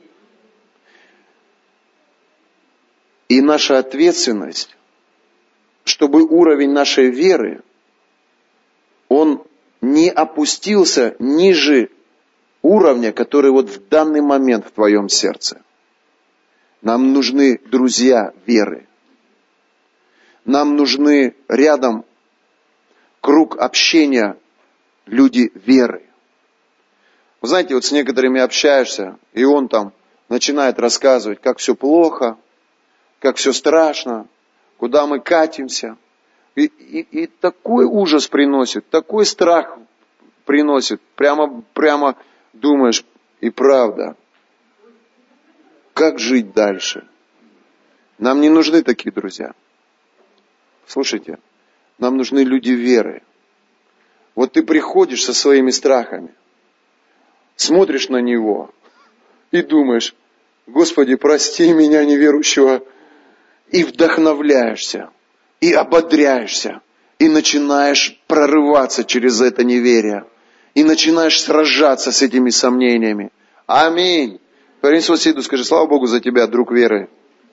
И наша ответственность, чтобы уровень нашей веры, он не опустился ниже уровня, который вот в данный момент в твоем сердце. Нам нужны друзья веры. Нам нужны рядом круг общения люди веры. Вы знаете, вот с некоторыми общаешься, и он там начинает рассказывать, как все плохо, как все страшно, куда мы катимся. И, и, и такой ужас приносит, такой страх приносит. Прямо, прямо думаешь: и правда, как жить дальше? Нам не нужны такие друзья. Слушайте, нам нужны люди веры. Вот ты приходишь со своими страхами, смотришь на него и думаешь: Господи, прости меня, неверующего, и вдохновляешься, и ободряешься, и начинаешь прорываться через это неверие, и начинаешь сражаться с этими сомнениями. Аминь. Поверни соседу, скажи: слава Богу за тебя, друг веры.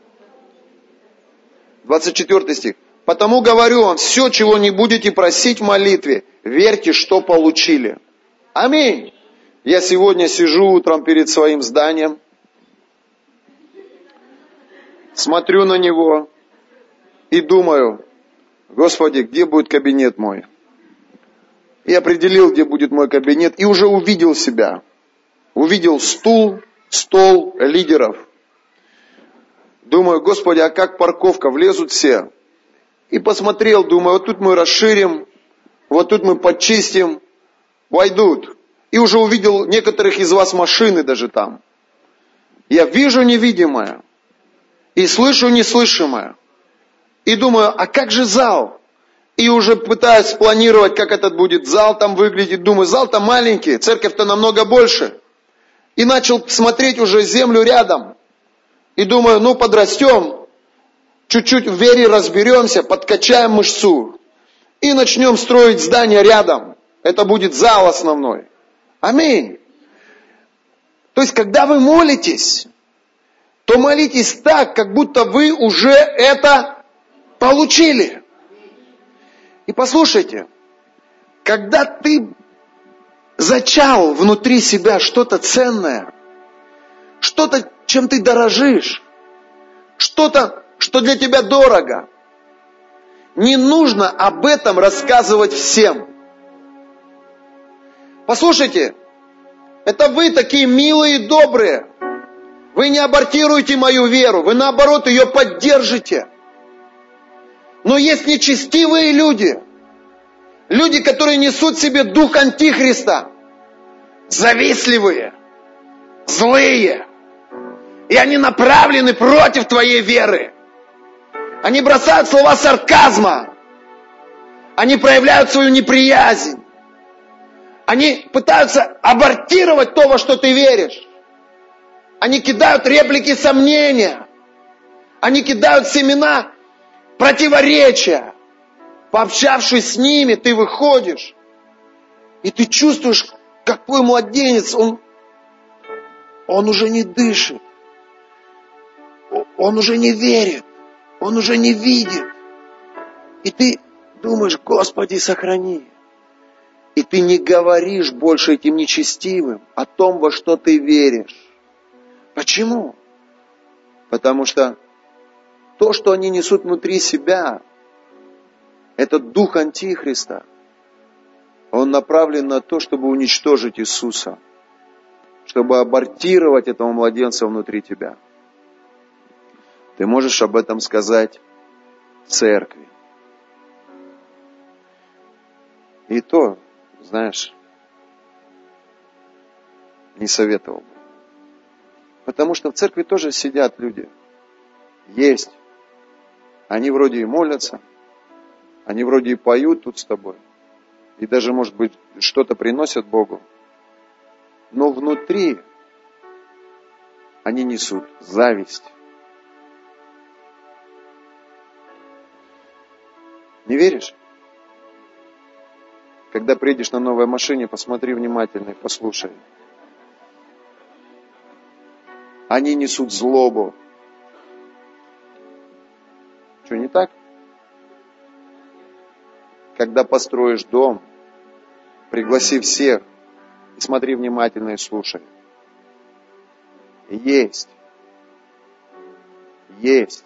двадцать четвёртый стих. Потому говорю вам, все, чего не будете просить в молитве, верьте, что получили. Аминь. Я сегодня сижу утром перед своим зданием. смотрю на него и думаю, Господи, где будет кабинет мой? И определил, где будет мой кабинет, и уже увидел себя. Увидел стул, стол лидеров. Думаю, Господи, а как парковка, влезут все? И посмотрел, думаю, вот тут мы расширим, вот тут мы подчистим, войдут. И уже увидел некоторых из вас машины даже там. Я вижу невидимое и слышу неслышимое. И думаю, а как же зал? И уже пытаюсь спланировать, как этот будет зал там выглядит. Думаю, зал-то маленький, церковь-то намного больше. И начал смотреть уже землю рядом. И думаю, ну подрастем, чуть-чуть в вере разберемся, подкачаем мышцу. И начнем строить здание рядом. Это будет зал основной. Аминь. То есть, когда вы молитесь, то молитесь так, как будто вы уже это получили. И послушайте, когда ты зачал внутри себя что-то ценное, что-то, чем ты дорожишь, что-то, что для тебя дорого, не нужно об этом рассказывать всем. Послушайте, это вы такие милые и добрые. Вы не абортируете мою веру, вы наоборот ее поддержите. Но есть нечестивые люди, люди, которые несут в себе дух Антихриста, завистливые, злые, и они направлены против твоей веры. Они бросают слова сарказма, они проявляют свою неприязнь, они пытаются абортировать то, во что ты веришь. Они кидают реплики сомнения, они кидают семена противоречия. Пообщавшись с ними, ты выходишь, и ты чувствуешь, как твой младенец, он, он уже не дышит, он уже не верит, он уже не видит. И ты думаешь, Господи, сохрани. И ты не говоришь больше этим нечестивым о том, во что ты веришь. Почему? Потому что то, что они несут внутри себя, этот дух Антихриста, он направлен на то, чтобы уничтожить Иисуса, чтобы абортировать этого младенца внутри тебя. Ты можешь об этом сказать церкви. И то, знаешь, не советовал бы. Потому что в церкви тоже сидят люди. Есть. Они вроде и молятся, они вроде и поют тут с тобой, и даже, может быть, что-то приносят Богу. Но внутри они несут зависть. Не веришь? Когда приедешь на новой машине, посмотри внимательно и послушай. Они несут злобу. Что, не так? Когда построишь дом, пригласи всех и смотри внимательно и слушай. Есть. Есть.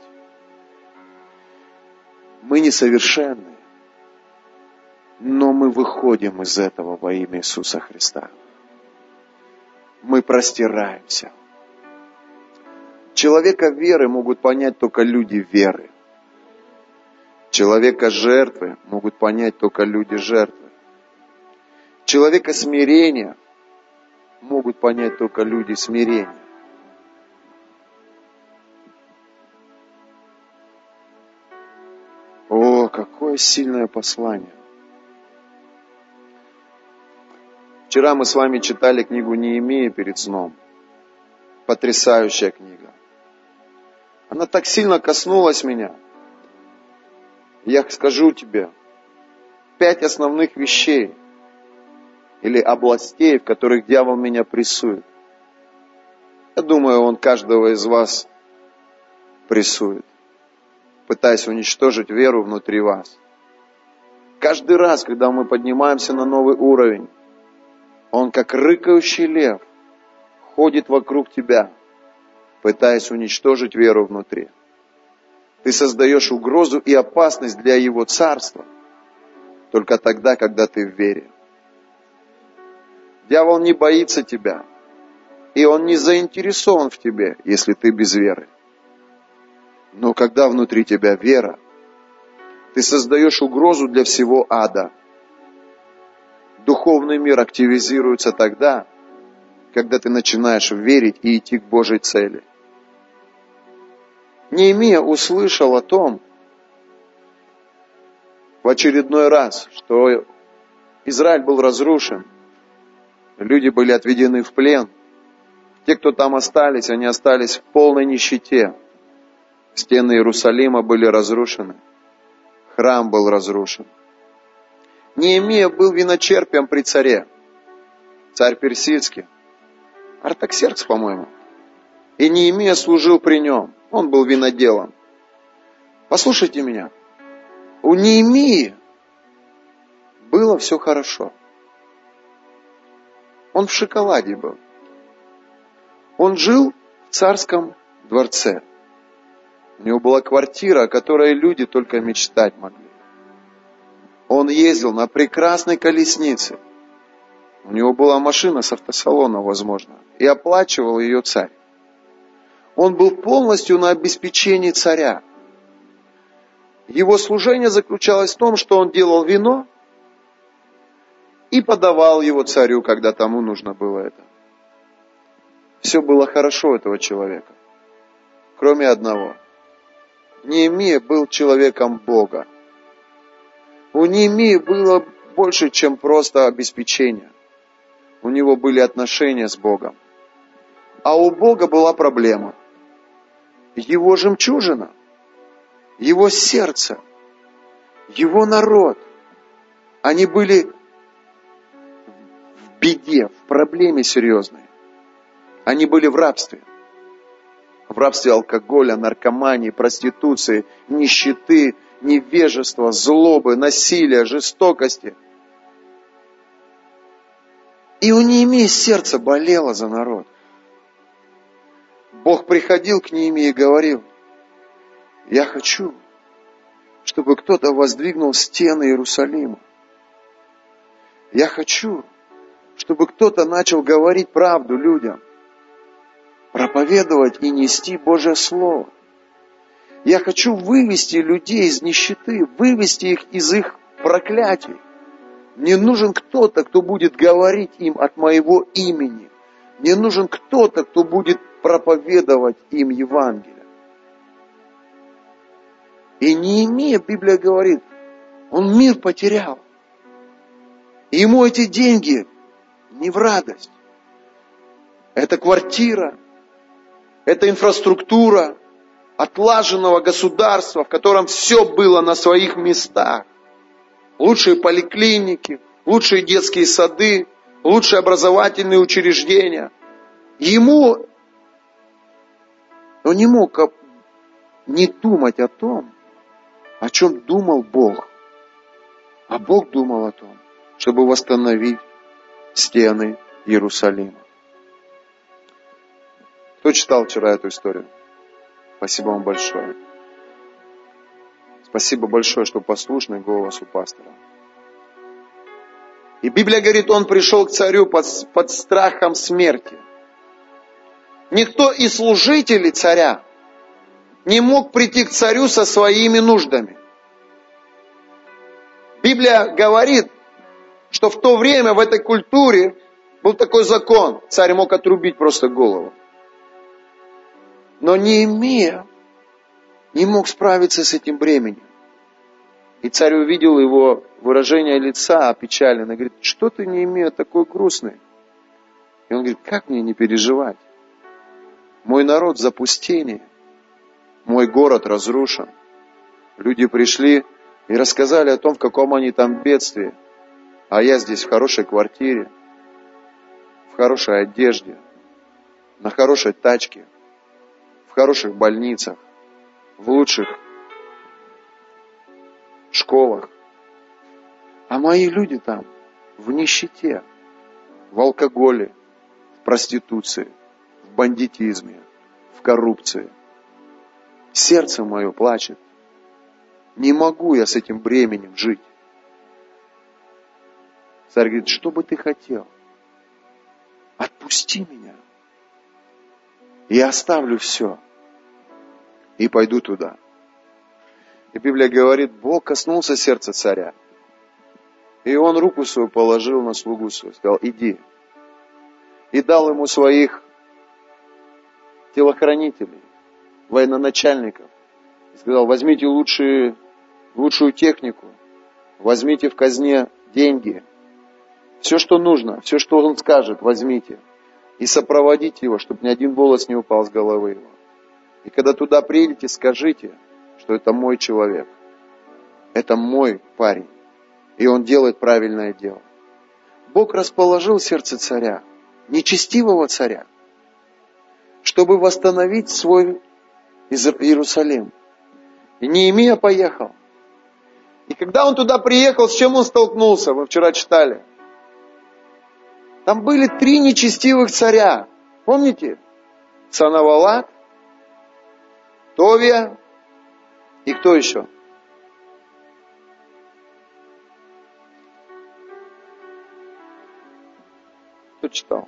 Мы несовершенны, но мы выходим из этого во имя Иисуса Христа. Мы простираемся. Человека веры могут понять только люди веры. Человека жертвы могут понять только люди жертвы. Человека смирения могут понять только люди смирения. О, какое сильное послание. Вчера мы с вами читали книгу Неемии перед сном. Потрясающая книга. Она так сильно коснулась меня. Я скажу тебе пять основных вещей или областей, в которых дьявол меня прессует. Я думаю, он каждого из вас прессует, пытаясь уничтожить веру внутри вас. Каждый раз, когда мы поднимаемся на новый уровень, он, как рыкающий лев, ходит вокруг тебя, пытаясь уничтожить веру внутри. Ты создаешь угрозу и опасность для Его царства только тогда, когда ты в вере. Дьявол не боится тебя, и он не заинтересован в тебе, если ты без веры. Но когда внутри тебя вера, ты создаешь угрозу для всего ада. Духовный мир активизируется тогда, когда ты начинаешь верить и идти к Божьей цели. Неемия услышал о том, в очередной раз, что Израиль был разрушен, люди были отведены в плен. Те, кто там остались, они остались в полной нищете. Стены Иерусалима были разрушены. Храм был разрушен. Неемия был виночерпием при царе. Царь персидский. Артаксеркс, по-моему. И Неемия служил при нем. Он был виноделом. Послушайте меня. У Неемии было все хорошо. Он в шоколаде был. Он жил в царском дворце. У него была квартира, о которой люди только мечтать могли. Он ездил на прекрасной колеснице. У него была машина с автосалона, возможно, и оплачивал ее царь. Он был полностью на обеспечении царя. Его служение заключалось в том, что он делал вино и подавал его царю, когда тому нужно было это. Все было хорошо у этого человека, кроме одного. Неемия был человеком Бога. У Неемии было больше, чем просто обеспечение. У него были отношения с Богом. А у Бога была проблема. Его жемчужина, его сердце, его народ, они были в беде, в проблеме серьезной. Они были в рабстве. В рабстве алкоголя, наркомании, проституции, нищеты, невежества, злобы, насилия, жестокости. И у Неемии сердце болело за народ. Бог приходил к Неемии и говорил: я хочу, чтобы кто-то воздвигнул стены Иерусалима. Я хочу, чтобы кто-то начал говорить правду людям, проповедовать и нести Божье Слово. Я хочу вывести людей из нищеты, вывести их из их проклятий. Мне нужен кто-то, кто будет говорить им от моего имени. Мне нужен кто-то, кто будет проповедовать им Евангелие. И Неемия, Библия говорит, он мир потерял. И ему эти деньги не в радость. Это квартира, это инфраструктура отлаженного государства, в котором все было на своих местах. Лучшие поликлиники, лучшие детские сады, лучшие образовательные учреждения. Ему, он не мог не думать о том, о чем думал Бог. А Бог думал о том, чтобы восстановить стены Иерусалима. Кто читал вчера эту историю? Спасибо вам большое. Спасибо большое, что послушны голосу пастора. И Библия говорит, он пришел к царю под, под страхом смерти. Никто из служителей царя не мог прийти к царю со своими нуждами. Библия говорит, что в то время в этой культуре был такой закон. Царь мог отрубить просто голову. Но Неемия не мог справиться с этим бременем. И царь увидел его выражение лица опечаленное. Говорит, что ты, Неемия, такой грустный? И он говорит, как мне не переживать? Мой народ в запустении. Мой город разрушен. Люди пришли и рассказали о том, в каком они там бедствии. А я здесь в хорошей квартире, в хорошей одежде, на хорошей тачке, в хороших больницах, в лучших школах. А мои люди там в нищете, в алкоголе, в проституции, в бандитизме, в коррупции. Сердце мое плачет. Не могу я с этим бременем жить. Царь говорит, что бы ты хотел? Отпусти меня. Я оставлю все. И пойду туда. И Библия говорит, Бог коснулся сердца царя. И он руку свою положил на слугу свою. Сказал, иди. И дал ему своих телохранителей, военачальников. И сказал, возьмите лучшие, лучшую технику. Возьмите в казне деньги. Все, что нужно, все, что он скажет, возьмите. И сопроводите его, чтобы ни один волос не упал с головы его. И когда туда приедете, скажите, что это мой человек. Это мой парень. И он делает правильное дело. Бог расположил сердце царя, нечестивого царя, чтобы восстановить свой Иерусалим. И Неемия поехал. И когда он туда приехал, с чем он столкнулся? Вы вчера читали. Там были три нечестивых царя. Помните? Санавалат, Товия и кто еще? Кто читал?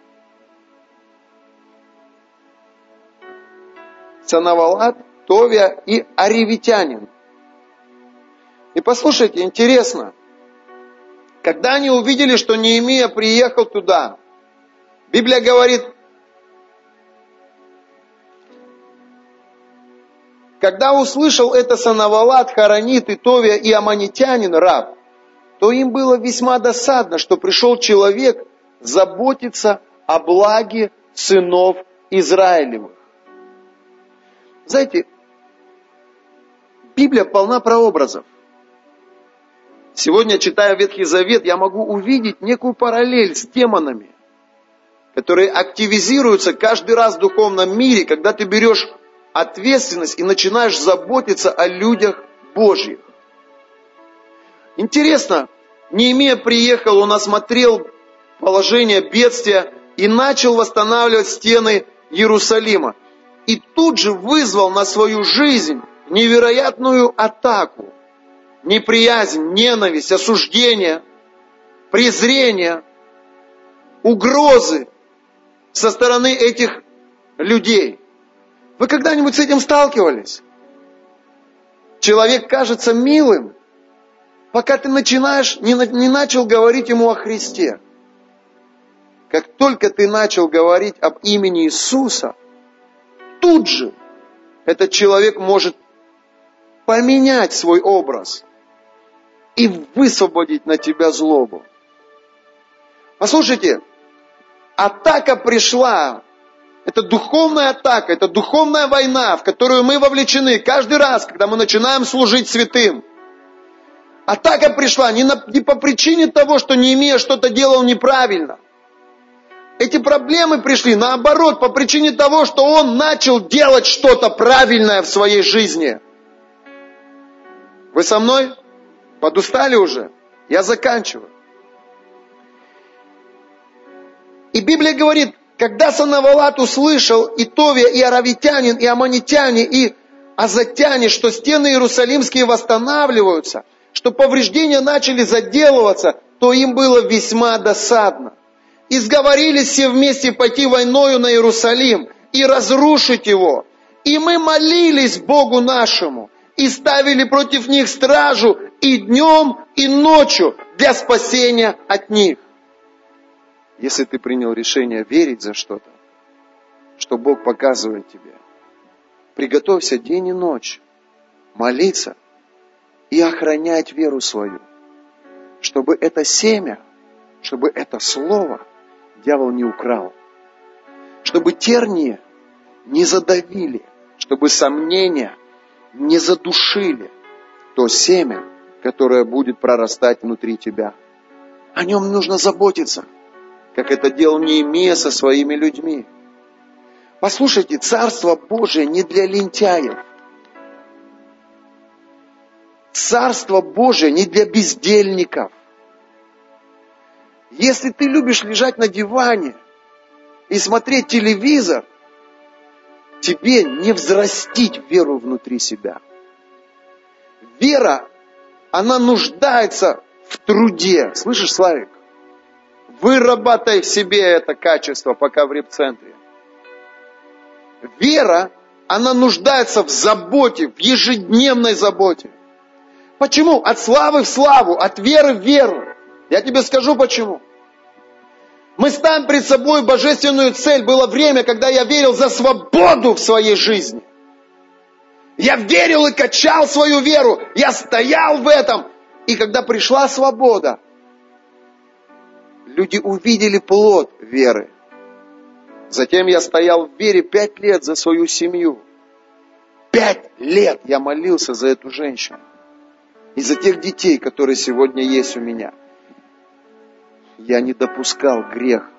Санавалат, Товия и Аривитянин. И послушайте, интересно. Когда они увидели, что Неемия приехал туда, Библия говорит, когда услышал это Санавалат, Харанит, и Товия и Аммонитянин, раб, то им было весьма досадно, что пришел человек заботиться о благе сынов Израилевых. Знаете, Библия полна прообразов. Сегодня, читая Ветхий Завет, я могу увидеть некую параллель с демонами, которые активизируются каждый раз в духовном мире, когда ты берешь ответственность и начинаешь заботиться о людях Божьих. Интересно, Неемия приехал, он осмотрел положение бедствия и начал восстанавливать стены Иерусалима. И тут же вызвал на свою жизнь невероятную атаку. Неприязнь, ненависть, осуждение, презрение, угрозы со стороны этих людей. Вы когда-нибудь с этим сталкивались? Человек кажется милым, пока ты начинаешь, не, не начал говорить ему о Христе. Как только ты начал говорить об имени Иисуса, тут же этот человек может поменять свой образ и высвободить на тебя злобу. Послушайте, атака пришла. Это духовная атака, это духовная война, в которую мы вовлечены каждый раз, когда мы начинаем служить святым. Атака пришла не, на, не по причине того, что Неемия что-то делал неправильно. Эти проблемы пришли, наоборот, по причине того, что он начал делать что-то правильное в своей жизни. Вы со мной? Подустали уже? Я заканчиваю. И Библия говорит, когда Санавалат услышал, и Товия, и Аравитянин, и Аммонитяне, и Азатяне, что стены Иерусалимские восстанавливаются, что повреждения начали заделываться, то им было весьма досадно. И сговорились все вместе пойти войною на Иерусалим и разрушить его. И мы молились Богу нашему, и ставили против них стражу и днем, и ночью для спасения от них. Если ты принял решение верить за что-то, что Бог показывает тебе, приготовься день и ночь молиться и охранять веру свою, чтобы это семя, чтобы это слово дьявол не украл, чтобы тернии не задавили, чтобы сомнения не задушили то семя, которое будет прорастать внутри тебя. О нем нужно заботиться, как это делал Неемия со своими людьми. Послушайте, Царство Божие не для лентяев. Царство Божие не для бездельников. Если ты любишь лежать на диване и смотреть телевизор, тебе не взрастить веру внутри себя. Вера, она нуждается в труде. Слышишь, Славик? Вырабатай в себе это качество, пока в репцентре. Вера, она нуждается в заботе, в ежедневной заботе. Почему? От славы в славу, от веры в веру. Я тебе скажу почему. Мы ставим перед собой божественную цель. Было время, когда я верил за свободу в своей жизни. Я верил и качал свою веру. Я стоял в этом. И когда пришла свобода, люди увидели плод веры. Затем я стоял в вере пять лет за свою семью. Пять лет я молился за эту женщину. И за тех детей, которые сегодня есть у меня. Я не допускал грех.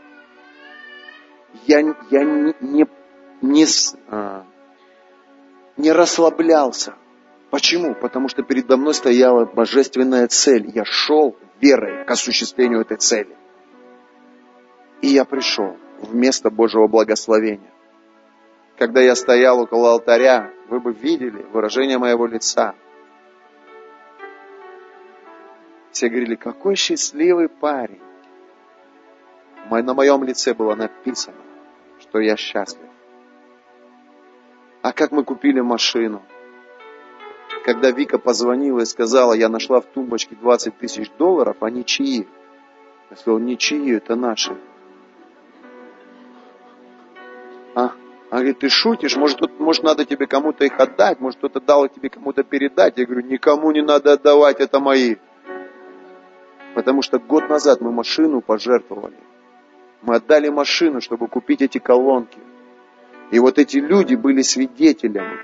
Я, я не, не, не, а, не расслаблялся. Почему? Потому что передо мной стояла божественная цель. Я шел верой к осуществлению этой цели. И я пришел в место Божьего благословения. Когда я стоял около алтаря, вы бы видели выражение моего лица. Все говорили, какой счастливый парень. На моем лице было написано, что я счастлив. А как мы купили машину? Когда Вика позвонила и сказала, я нашла в тумбочке двадцать тысяч долларов, они чьи? Я сказал, не чьи, это наши. А? Она говорит, ты шутишь? Может, тут, может, надо тебе кому-то их отдать? Может, кто-то дал их тебе кому-то передать? Я говорю, никому не надо отдавать, это мои. Потому что год назад мы машину пожертвовали. Мы отдали машину, чтобы купить эти колонки. И вот эти люди были свидетелями.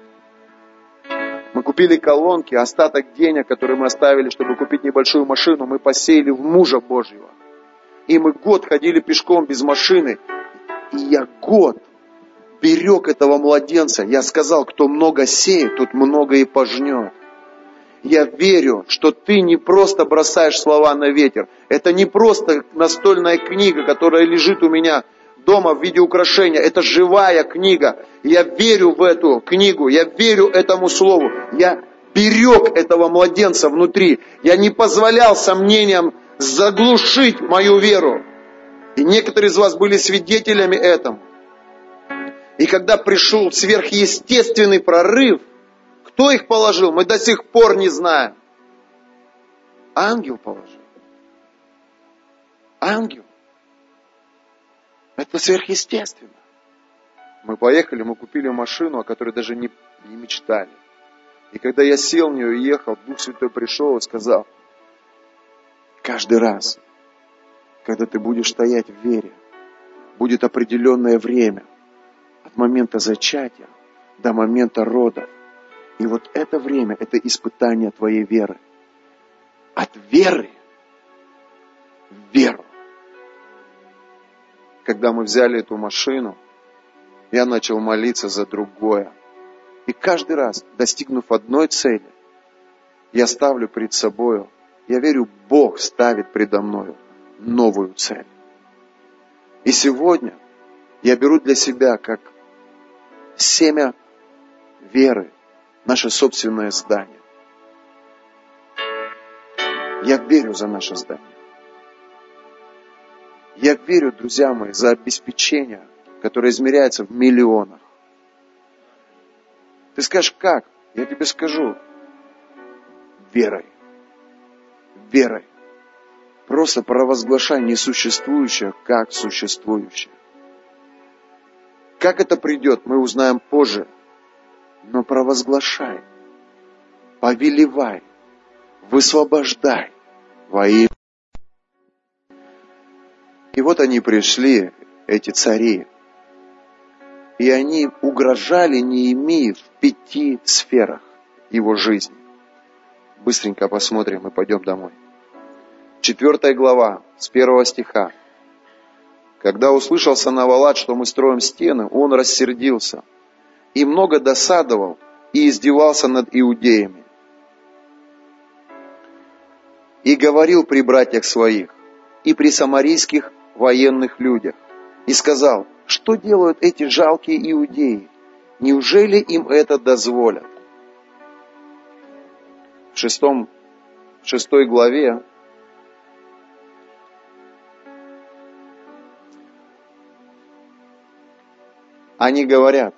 Мы купили колонки, остаток денег, которые мы оставили, чтобы купить небольшую машину, мы посеяли в мужа Божьего. И мы год ходили пешком без машины. И я год берег этого младенца. Я сказал, кто много сеет, тот много и пожнет. Я верю, что ты не просто бросаешь слова на ветер. Это не просто настольная книга, которая лежит у меня дома в виде украшения. Это живая книга. Я верю в эту книгу. Я верю этому слову. Я берег этого младенца внутри. Я не позволял сомнениям заглушить мою веру. И некоторые из вас были свидетелями этому. И когда пришел сверхъестественный прорыв, кто их положил, мы до сих пор не знаем. Ангел положил. Ангел. Это сверхъестественно. Мы поехали, мы купили машину, о которой даже не, не мечтали. И когда я сел в нее и ехал, Дух Святой пришел и сказал, каждый раз, когда ты будешь стоять в вере, будет определенное время от момента зачатия до момента родов. И вот это время, это испытание твоей веры. От веры в веру. Когда мы взяли эту машину, я начал молиться за другое. И каждый раз, достигнув одной цели, я ставлю перед собою, я верю, Бог ставит предо мною новую цель. И сегодня я беру для себя как семя веры, наше собственное здание. Я верю за наше здание. Я верю, друзья мои, за обеспечение, которое измеряется в миллионах. Ты скажешь, как? Я тебе скажу. Верой. Верой. Просто провозглашай несуществующее, как существующее. Как это придет, мы узнаем позже. Но провозглашай, повелевай, высвобождай во имя. И вот они пришли, эти цари, и они угрожали Неемии в пяти сферах его жизни. Быстренько посмотрим и пойдем домой. Четвертая глава, с первого стиха. Когда услышал Санавалат, что мы строим стены, он рассердился и много досадовал и издевался над иудеями. И говорил при братьях своих и при самарийских военных людях, и сказал, Что делают эти жалкие иудеи? Неужели им это дозволят? В, шестом, в шестой главе они говорят: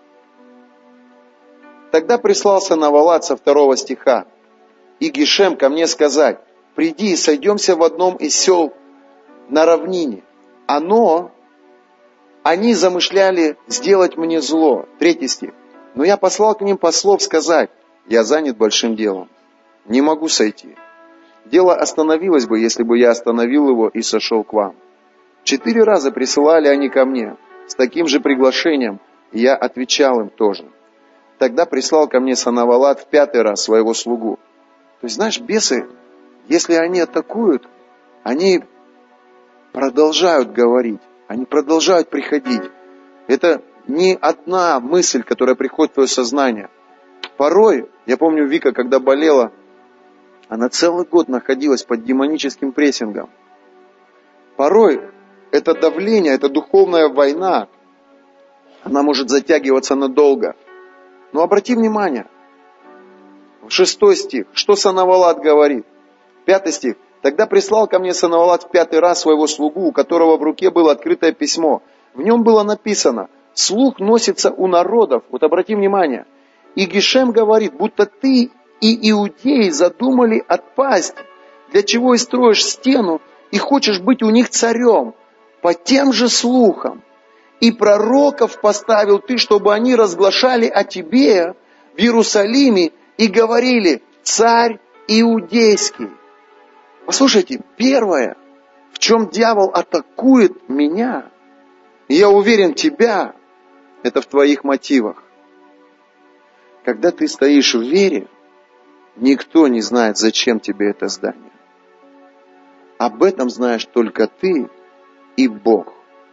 «Тогда прислал Санавалат» со второго стиха, «и Гешем ко мне сказать: приди и сойдемся в одном из сел на равнине. Оно, они замышляли сделать мне зло». Третий стих. «Но я послал к ним послов сказать: я занят большим делом, не могу сойти. Дело остановилось бы, если бы я остановил его и сошел к вам». Четыре раза присылали они ко мне с таким же приглашением, и я отвечал им тоже. Тогда прислал ко мне Санавалат в пятый раз своего слугу. То есть, знаешь, бесы, если они атакуют, они продолжают говорить, они продолжают приходить. Это не одна мысль, которая приходит в твое сознание. Порой, я помню, Вика, когда болела, она целый год находилась под демоническим прессингом. Порой это давление, это духовная война, она может затягиваться надолго. Но обрати внимание, в шестой стих, что Санавалат говорит? Пятый стих. «Тогда прислал ко мне Санавалат в пятый раз своего слугу, у которого в руке было открытое письмо. В нем было написано: слух носится у народов». Вот обрати внимание. «И Гешем говорит, будто ты и иудеи задумали отпасть, для чего и строишь стену, и хочешь быть у них царем, по тем же слухам. И пророков поставил ты, чтобы они разглашали о тебе в Иерусалиме и говорили: царь иудейский». Послушайте, первое, в чем дьявол атакует меня, и я уверен, тебя, это в твоих мотивах. Когда ты стоишь в вере, никто не знает, зачем тебе это здание. Об этом знаешь только ты и Бог.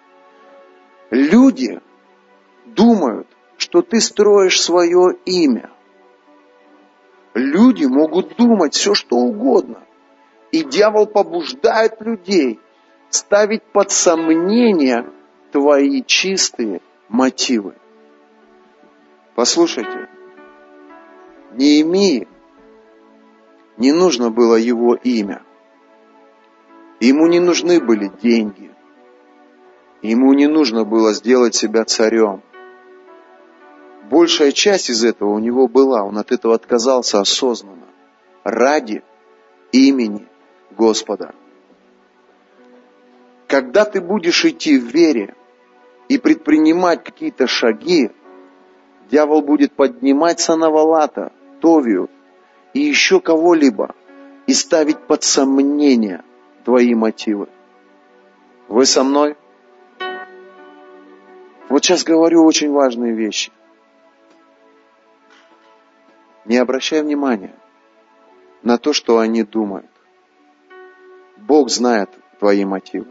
Люди думают, что ты строишь свое имя. Люди могут думать все, что угодно. И дьявол побуждает людей ставить под сомнение твои чистые мотивы. Послушайте, Неемии не нужно было его имя. Ему не нужны были деньги. Ему не нужно было сделать себя царем. Большая часть из этого у него была. Он от этого отказался осознанно. Ради имени Господа. Когда ты будешь идти в вере и предпринимать какие-то шаги, дьявол будет поднимать Санавалата, Товию и еще кого-либо и ставить под сомнение твои мотивы. Вы со мной? Вот сейчас говорю очень важные вещи. Не обращай внимания на то, что они думают. Бог знает твои мотивы.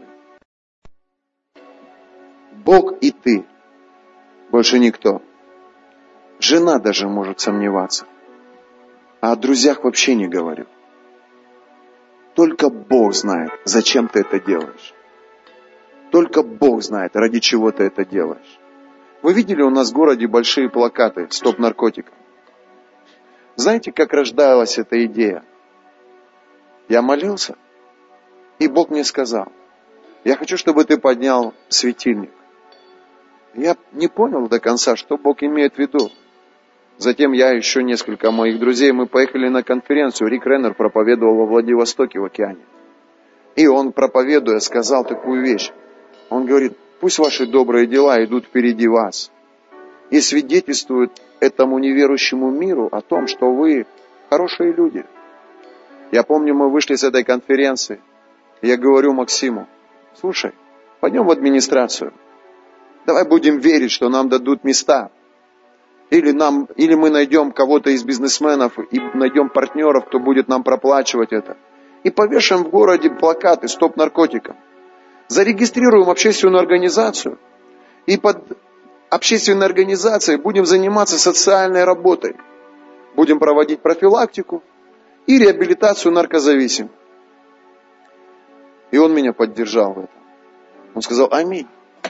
Бог и ты. Больше никто. Жена даже может сомневаться. А о друзьях вообще не говорю. Только Бог знает, зачем ты это делаешь. Только Бог знает, ради чего ты это делаешь. Вы видели у нас в городе большие плакаты «Стоп наркотикам»? Знаете, как рождалась эта идея? Я молился, и Бог мне сказал: я хочу, чтобы ты поднял светильник. Я не понял до конца, что Бог имеет в виду. Затем я и еще несколько моих друзей, мы поехали на конференцию. Рик Реннер проповедовал во Владивостоке, в океане. И он, проповедуя, сказал такую вещь. Он говорит: пусть ваши добрые дела идут впереди вас и свидетельствуют этому неверующему миру о том, что вы хорошие люди. Я помню, мы вышли с этой конференции. Я говорю Максиму: слушай, пойдем в администрацию. Давай будем верить, что нам дадут места. Или, нам, или мы найдем кого-то из бизнесменов и найдем партнеров, кто будет нам проплачивать это. И повешаем в городе плакаты «Стоп наркотикам». Зарегистрируем общественную организацию. И под общественной организацией будем заниматься социальной работой. Будем проводить профилактику и реабилитацию наркозависимых. И он меня поддержал в этом. Он сказал: аминь.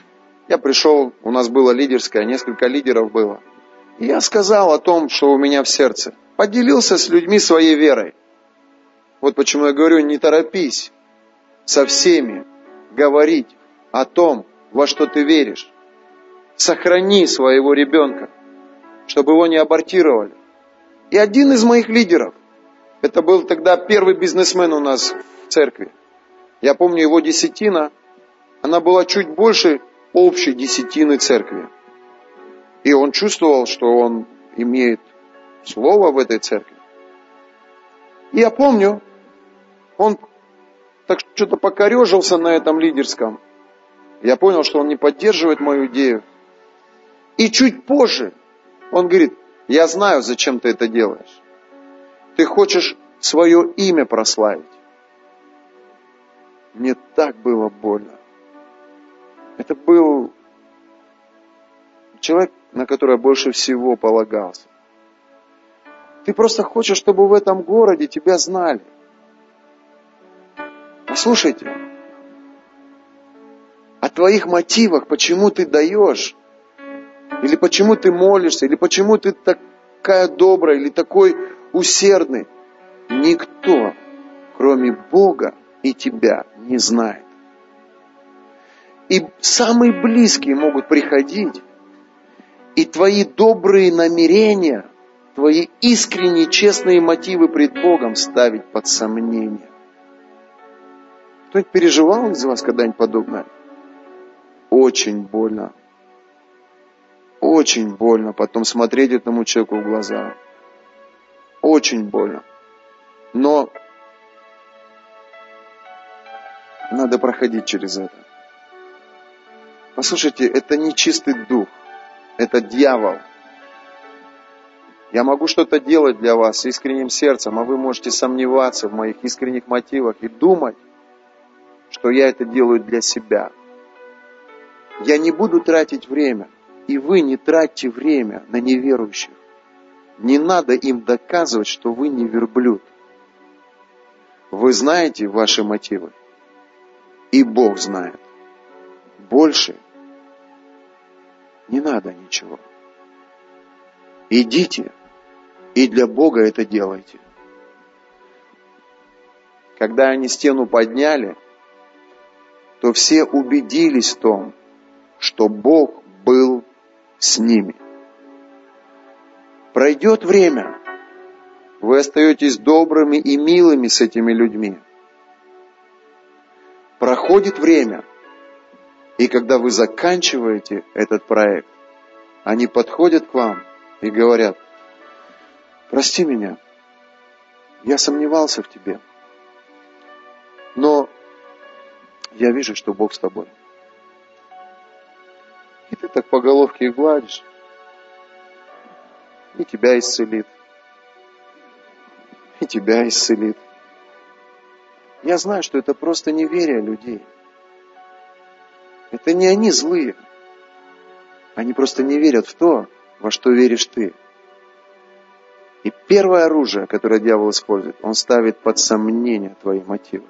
Я пришел, у нас было лидерское, несколько лидеров было. И я сказал о том, что у меня в сердце. Поделился с людьми своей верой. Вот почему я говорю, не торопись со всеми говорить о том, во что ты веришь. Сохрани своего ребенка, чтобы его не абортировали. И один из моих лидеров, это был тогда первый бизнесмен у нас в церкви. Я помню его десятина, она была чуть больше общей десятины церкви. И он чувствовал, что он имеет слово в этой церкви. И я помню, он так что-то покорежился на этом лидерском. Я понял, что он не поддерживает мою идею. И чуть позже он говорит, я знаю, зачем ты это делаешь. Ты хочешь свое имя прославить. Мне так было больно. Это был человек, на который я больше всего полагался. Ты просто хочешь, чтобы в этом городе тебя знали. Послушайте, о твоих мотивах, почему ты даешь, или почему ты молишься, или почему ты такая добрая, или такой усердный, никто, кроме Бога и тебя, не знает. И самые близкие могут приходить, и твои добрые намерения, твои искренние, честные мотивы пред Богом ставить под сомнение. Кто-нибудь переживал из вас когда-нибудь подобное? Очень больно. Очень больно потом смотреть этому человеку в глаза. Очень больно. Но надо проходить через это. Послушайте, это не чистый дух. Это дьявол. Я могу что-то делать для вас искренним сердцем, а вы можете сомневаться в моих искренних мотивах и думать, что я это делаю для себя. Я не буду тратить время, и вы не тратьте время на неверующих. Не надо им доказывать, что вы не верблюд. Вы знаете ваши мотивы, и Бог знает. Больше не надо ничего. Идите и для Бога это делайте. Когда они стену подняли, то все убедились в том, что Бог был с ними. Пройдет время, вы остаетесь добрыми и милыми с этими людьми. Проходит время, и когда вы заканчиваете этот проект, они подходят к вам и говорят, прости меня, я сомневался в тебе, но я вижу, что Бог с тобой. И ты так по головке их гладишь, и тебя исцелит, и тебя исцелит. Я знаю, что это просто неверие людей. Это не они злые. Они просто не верят в то, во что веришь ты. И первое оружие, которое дьявол использует, он ставит под сомнение твои мотивы.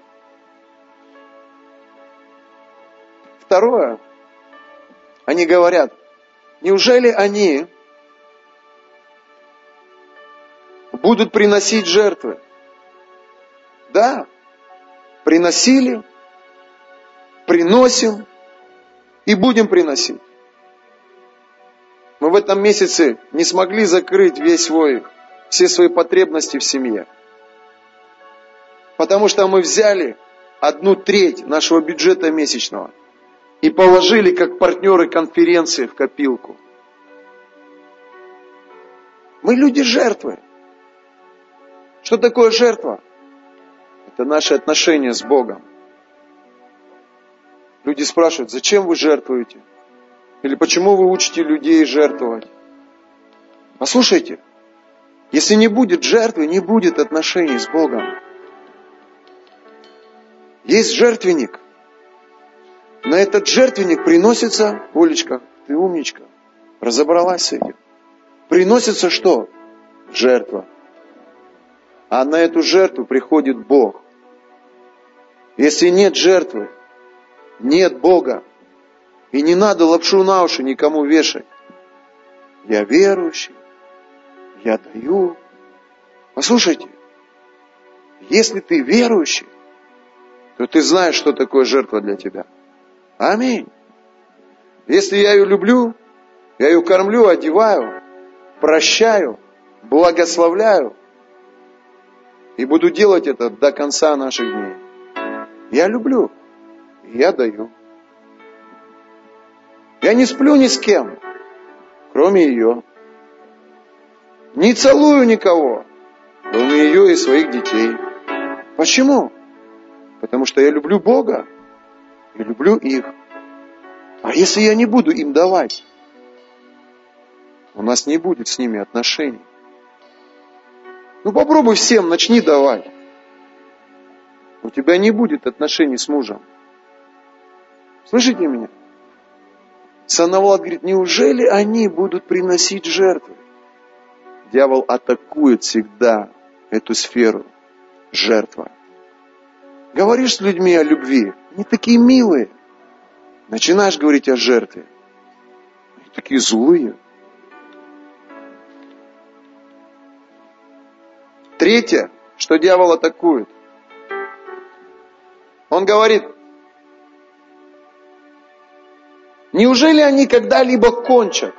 Второе, они говорят, неужели они будут приносить жертвы? Да, приносили, приносим и будем приносить. Мы в этом месяце не смогли закрыть весь свой, все свои потребности в семье. Потому что мы взяли одну треть нашего бюджета месячного и положили как партнеры конференции в копилку. Мы люди жертвы. Что такое жертва? Это наши отношения с Богом. Люди спрашивают, зачем вы жертвуете? Или почему вы учите людей жертвовать? Послушайте, если не будет жертвы, не будет отношений с Богом. Есть жертвенник. На этот жертвенник приносится, Олечка, ты умничка, разобралась с этим. Приносится что? Жертва. А на эту жертву приходит Бог. Если нет жертвы, нет Бога. И не надо лапшу на уши никому вешать. Я верующий, я даю. Послушайте, если ты верующий, то ты знаешь, что такое жертва для тебя. Аминь. Если я ее люблю, я ее кормлю, одеваю, прощаю, благословляю. И буду делать это до конца наших дней. Я люблю, и я даю. Я не сплю ни с кем, кроме ее. Не целую никого, кроме ее и своих детей. Почему? Потому что я люблю Бога и люблю их. А если я не буду им давать, у нас не будет с ними отношений. Ну попробуй всем, начни давать. У тебя не будет отношений с мужем. Слышите меня? Санавлад говорит, неужели они будут приносить жертвы? Дьявол атакует всегда эту сферу. Жертва. Говоришь с людьми о любви, они такие милые. Начинаешь говорить о жертве, они такие злые. Третье, что дьявол атакует. Он говорит, неужели они когда-либо кончат?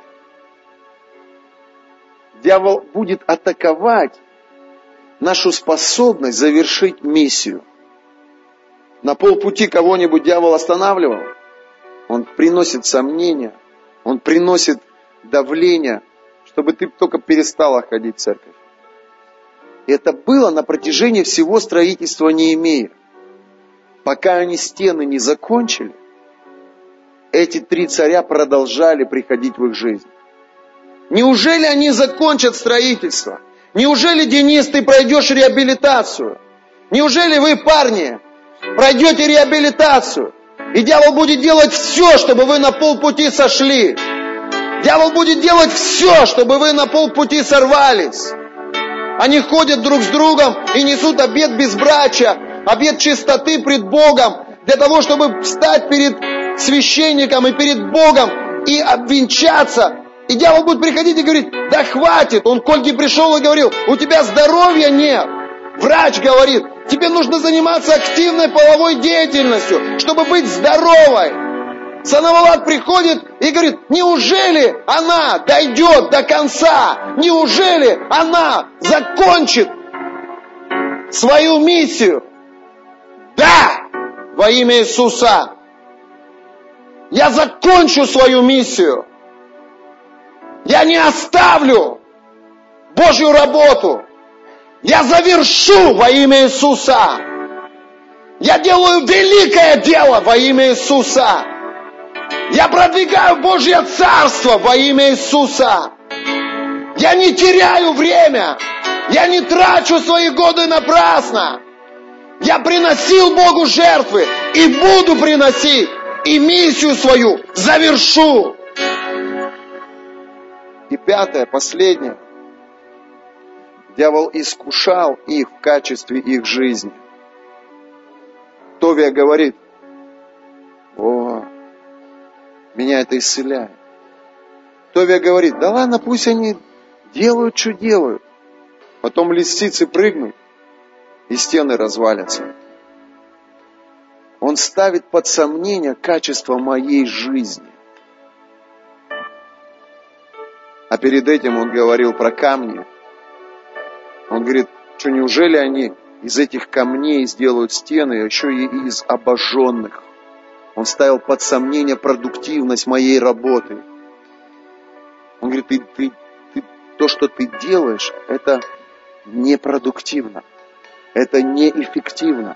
Дьявол будет атаковать нашу способность завершить миссию. На полпути кого-нибудь дьявол останавливал. Он приносит сомнения, он приносит давление, чтобы ты только перестала ходить в церковь. И это было на протяжении всего строительства Неемии. Пока они стены не закончили, эти три царя продолжали приходить в их жизнь. Неужели они закончат строительство? Неужели, Денис, ты пройдешь реабилитацию? Неужели вы, парни, пройдете реабилитацию? И дьявол будет делать все, чтобы вы на полпути сошли. Дьявол будет делать все, чтобы вы на полпути сорвались. Они ходят друг с другом и несут обет безбрачия, обет чистоты пред Богом, для того, чтобы встать перед священником и перед Богом и обвенчаться. И дьявол будет приходить и говорить, да хватит. Он к Ольге пришел и говорил, у тебя здоровья нет. Врач говорит, тебе нужно заниматься активной половой деятельностью, чтобы быть здоровой. Санавлад приходит и говорит, неужели она дойдет до конца? Неужели она закончит свою миссию? Да, во имя Иисуса. Я закончу свою миссию. Я не оставлю Божью работу. Я завершу во имя Иисуса. Я делаю великое дело во имя Иисуса. Я продвигаю Божье Царство во имя Иисуса. Я не теряю время. Я не трачу свои годы напрасно. Я приносил Богу жертвы и буду приносить. И миссию свою завершу. И пятое, последнее. Дьявол искушал их в качестве их жизни. Товия говорит, о, меня это исцеляет. Товия говорит, да ладно, пусть они делают, что делают. Потом лисицы прыгнут, и стены развалятся. Он ставит под сомнение качество моей жизни. А перед этим он говорил про камни. Он говорит, что неужели они из этих камней сделают стены, а еще и из обожженных. Он ставил под сомнение продуктивность моей работы. Он говорит, ты, ты, ты, то, что ты делаешь, это непродуктивно. Это неэффективно.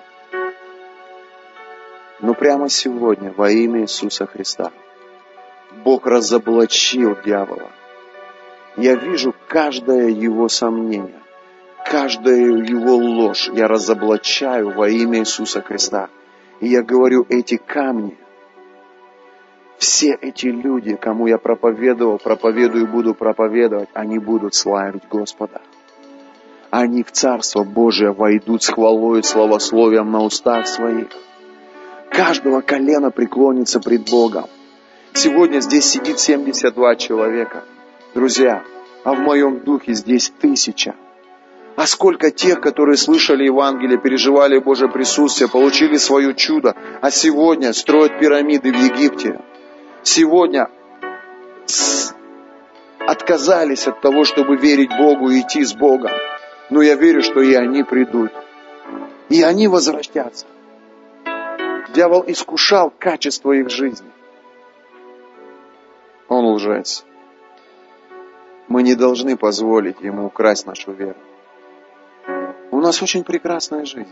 Но прямо сегодня, во имя Иисуса Христа, Бог разоблачил дьявола. Я вижу каждое его сомнение, каждую его ложь. Я разоблачаю во имя Иисуса Христа. И я говорю, эти камни, все эти люди, кому я проповедовал, проповедую и буду проповедовать, они будут славить Господа. Они в Царство Божие войдут с хвалой и славословием на устах своих. Каждого колена преклонится пред Богом. Сегодня здесь сидит семьдесят два человека. Друзья, а в моем духе здесь тысяча. А сколько тех, которые слышали Евангелие, переживали Божье присутствие, получили свое чудо, а сегодня строят пирамиды в Египте. Сегодня отказались от того, чтобы верить Богу и идти с Богом. Но я верю, что и они придут. И они возвратятся. Дьявол искушал качество их жизни. Он лжец. Мы не должны позволить ему украсть нашу веру. У нас очень прекрасная жизнь.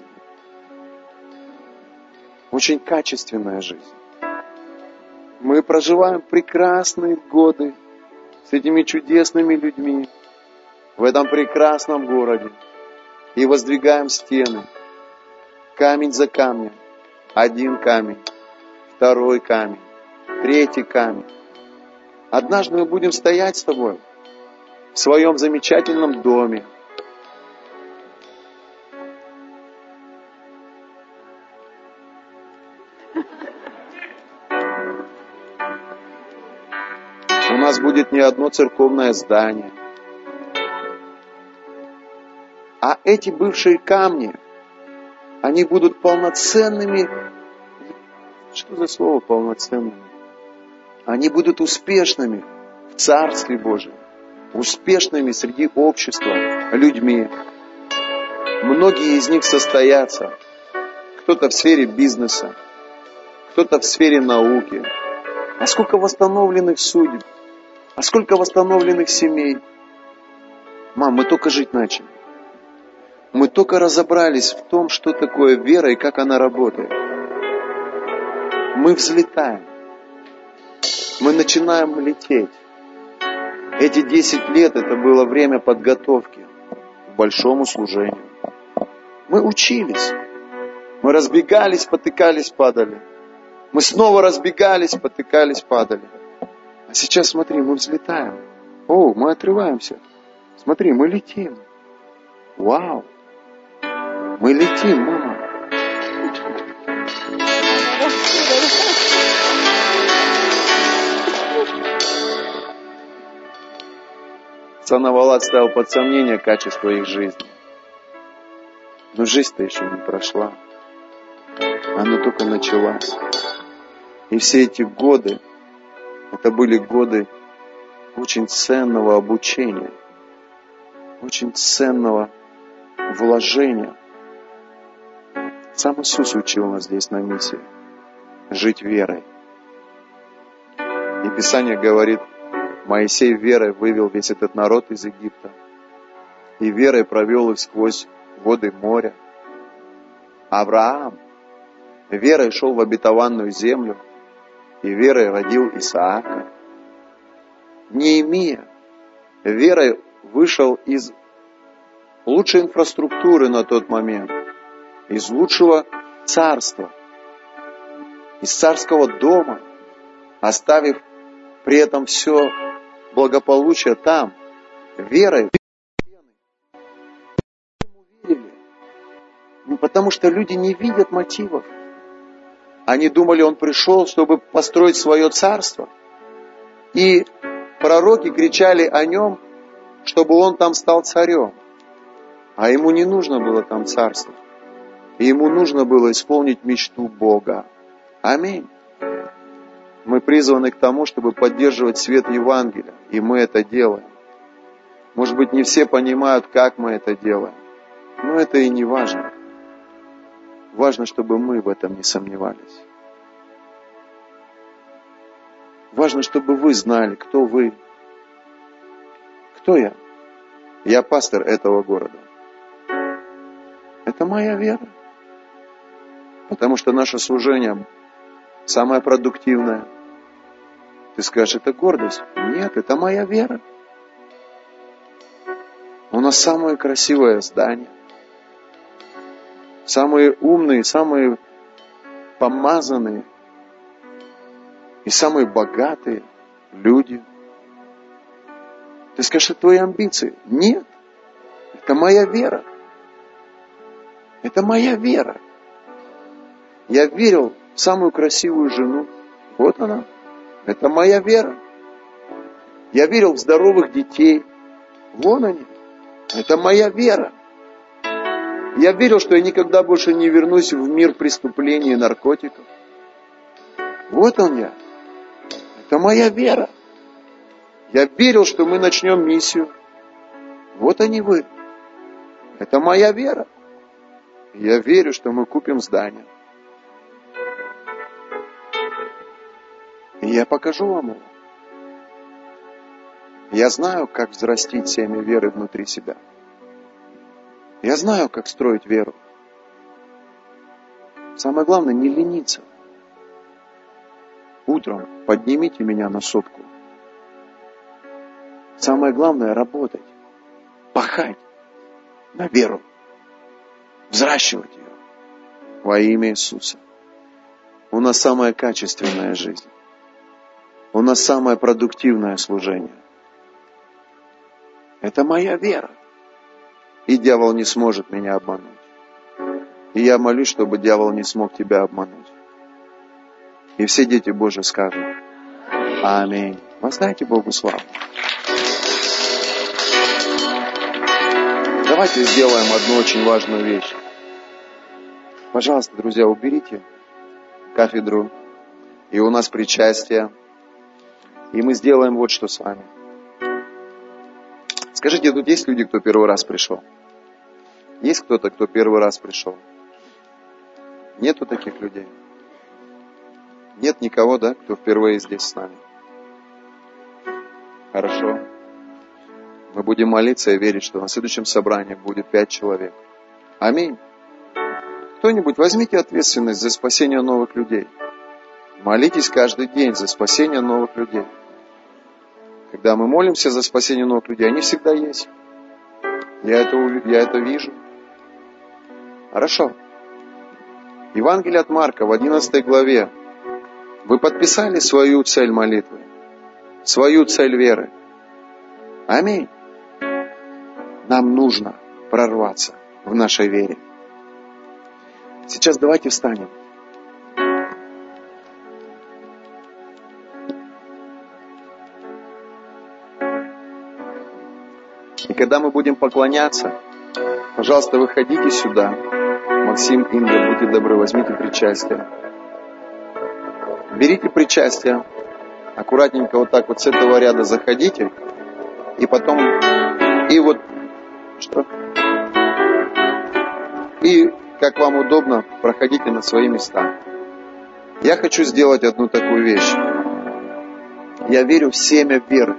Очень качественная жизнь. Мы проживаем прекрасные годы с этими чудесными людьми в этом прекрасном городе. И воздвигаем стены. Камень за камнем. Один камень. Второй камень. Третий камень. Однажды мы будем стоять с тобой в своем замечательном доме. У нас будет не одно церковное здание. А эти бывшие камни, они будут полноценными. Что за слово полноценными? Они будут успешными в Царстве Божьем, успешными среди общества, людьми. Многие из них состоятся. Кто-то в сфере бизнеса, кто-то в сфере науки. А сколько восстановленных судеб, а сколько восстановленных семей. Мам, мы только жить начали. Мы только разобрались в том, что такое вера и как она работает. Мы взлетаем. Мы начинаем лететь. Эти десять лет это было время подготовки к большому служению. Мы учились. Мы разбегались, потыкались, падали. Мы снова разбегались, потыкались, падали. А сейчас смотри, мы взлетаем. О, мы отрываемся. Смотри, мы летим. Вау. Мы летим, мама. Санавалат ставил под сомнение качество их жизни. Но жизнь-то еще не прошла. Она только началась. И все эти годы, это были годы очень ценного обучения, очень ценного вложения. Сам Иисус учил нас здесь на миссии жить верой. И Писание говорит, Моисей верой вывел весь этот народ из Египта. И верой провел их сквозь воды моря. Авраам верой шел в обетованную землю. И верой родил Исаака. Неемия верой вышел из лучшей инфраструктуры на тот момент. Из лучшего царства. Из царского дома. Оставив при этом все благополучие там, верой. Верили. Потому что люди не видят мотивов. Они думали, он пришел, чтобы построить свое царство. И пророки кричали о нем, чтобы он там стал царем. А ему не нужно было там царство. И ему нужно было исполнить мечту Бога. Аминь. Мы призваны к тому, чтобы поддерживать свет Евангелия. И мы это делаем. Может быть, не все понимают, как мы это делаем. Но это и не важно. Важно, чтобы мы в этом не сомневались. Важно, чтобы вы знали, кто вы. Кто я? Я пастор этого города. Это моя вера. Потому что наше служение самое продуктивное. Ты скажешь, это гордость? Нет, это моя вера. У нас самое красивое здание. Самые умные, самые помазанные и самые богатые люди. Ты скажешь, это твои амбиции? Нет, это моя вера. Это моя вера. Я верил в самую красивую жену. Вот она. Это моя вера. Я верил в здоровых детей. Вон они. Это моя вера. Я верил, что я никогда больше не вернусь в мир преступлений и наркотиков. Вот он я. Это моя вера. Я верил, что мы начнем миссию. Вот они вы. Это моя вера. Я верю, что мы купим здание. И я покажу вам его. Я знаю, как взрастить семя веры внутри себя. Я знаю, как строить веру. Самое главное, не лениться. Утром поднимите меня на сотку. Самое главное, работать. Пахать на веру. Взращивать ее. Во имя Иисуса. У нас самая качественная жизнь. У нас самое продуктивное служение. Это моя вера. И дьявол не сможет меня обмануть. И я молюсь, чтобы дьявол не смог тебя обмануть. И все дети Божьи скажут: аминь. Воздайте Богу славу. Давайте сделаем одну очень важную вещь. Пожалуйста, друзья, уберите кафедру. И у нас причастие. И мы сделаем вот что с вами. Скажите, тут есть люди, кто первый раз пришел? Есть кто-то, кто первый раз пришел? Нету таких людей? Нет никого, да, кто впервые здесь с нами? Хорошо. Мы будем молиться и верить, что на следующем собрании будет пять человек. Аминь. Кто-нибудь возьмите ответственность за спасение новых людей. Молитесь каждый день за спасение новых людей. Когда мы молимся за спасение новых людей, они всегда есть. Я это, я это вижу. Хорошо. Евангелие от Марка в одиннадцатой главе. Вы подписали свою цель молитвы, свою цель веры. Аминь. Нам нужно прорваться в нашей вере. Сейчас давайте встанем. И когда мы будем поклоняться, пожалуйста, выходите сюда. Максим, Инга, будьте добры, возьмите причастие. Берите причастие. Аккуратненько вот так вот с этого ряда заходите. И потом, и вот, что? И, как вам удобно, проходите на свои места. Я хочу сделать одну такую вещь. Я верю в семя веры.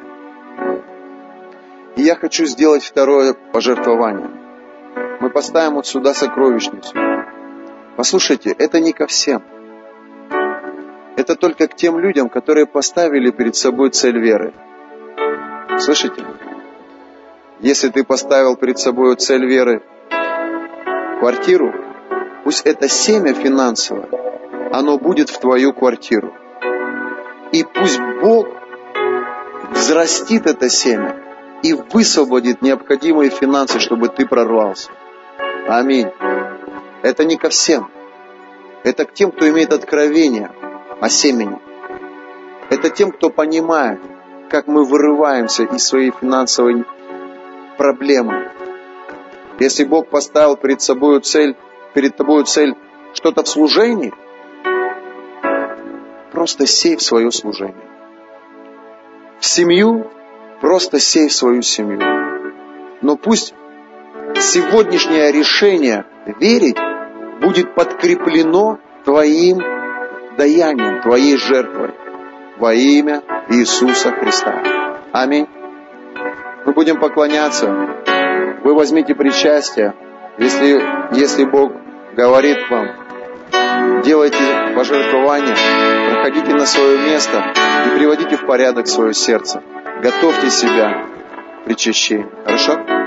И я хочу сделать второе пожертвование. Мы поставим вот сюда сокровищницу. Послушайте, это не ко всем. Это только к тем людям, которые поставили перед собой цель веры. Слышите? Если ты поставил перед собой цель веры квартиру, пусть это семя финансовое, оно будет в твою квартиру. И пусть Бог взрастит это семя и высвободит необходимые финансы, чтобы ты прорвался. Аминь. Это не ко всем. Это к тем, кто имеет откровение о семени. Это тем, кто понимает, как мы вырываемся из своей финансовой проблемы. Если Бог поставил перед собой цель, перед тобой цель что-то в служении, просто сей в свое служение. В семью просто сей в свою семью. Но пусть сегодняшнее решение верить будет подкреплено твоим даянием, твоей жертвой во имя Иисуса Христа. Аминь. Мы будем поклоняться. Вы возьмите причастие. Если, если Бог говорит вам, делайте пожертвования, проходите на свое место и приводите в порядок свое сердце. Готовьте себя к причащению. Хорошо?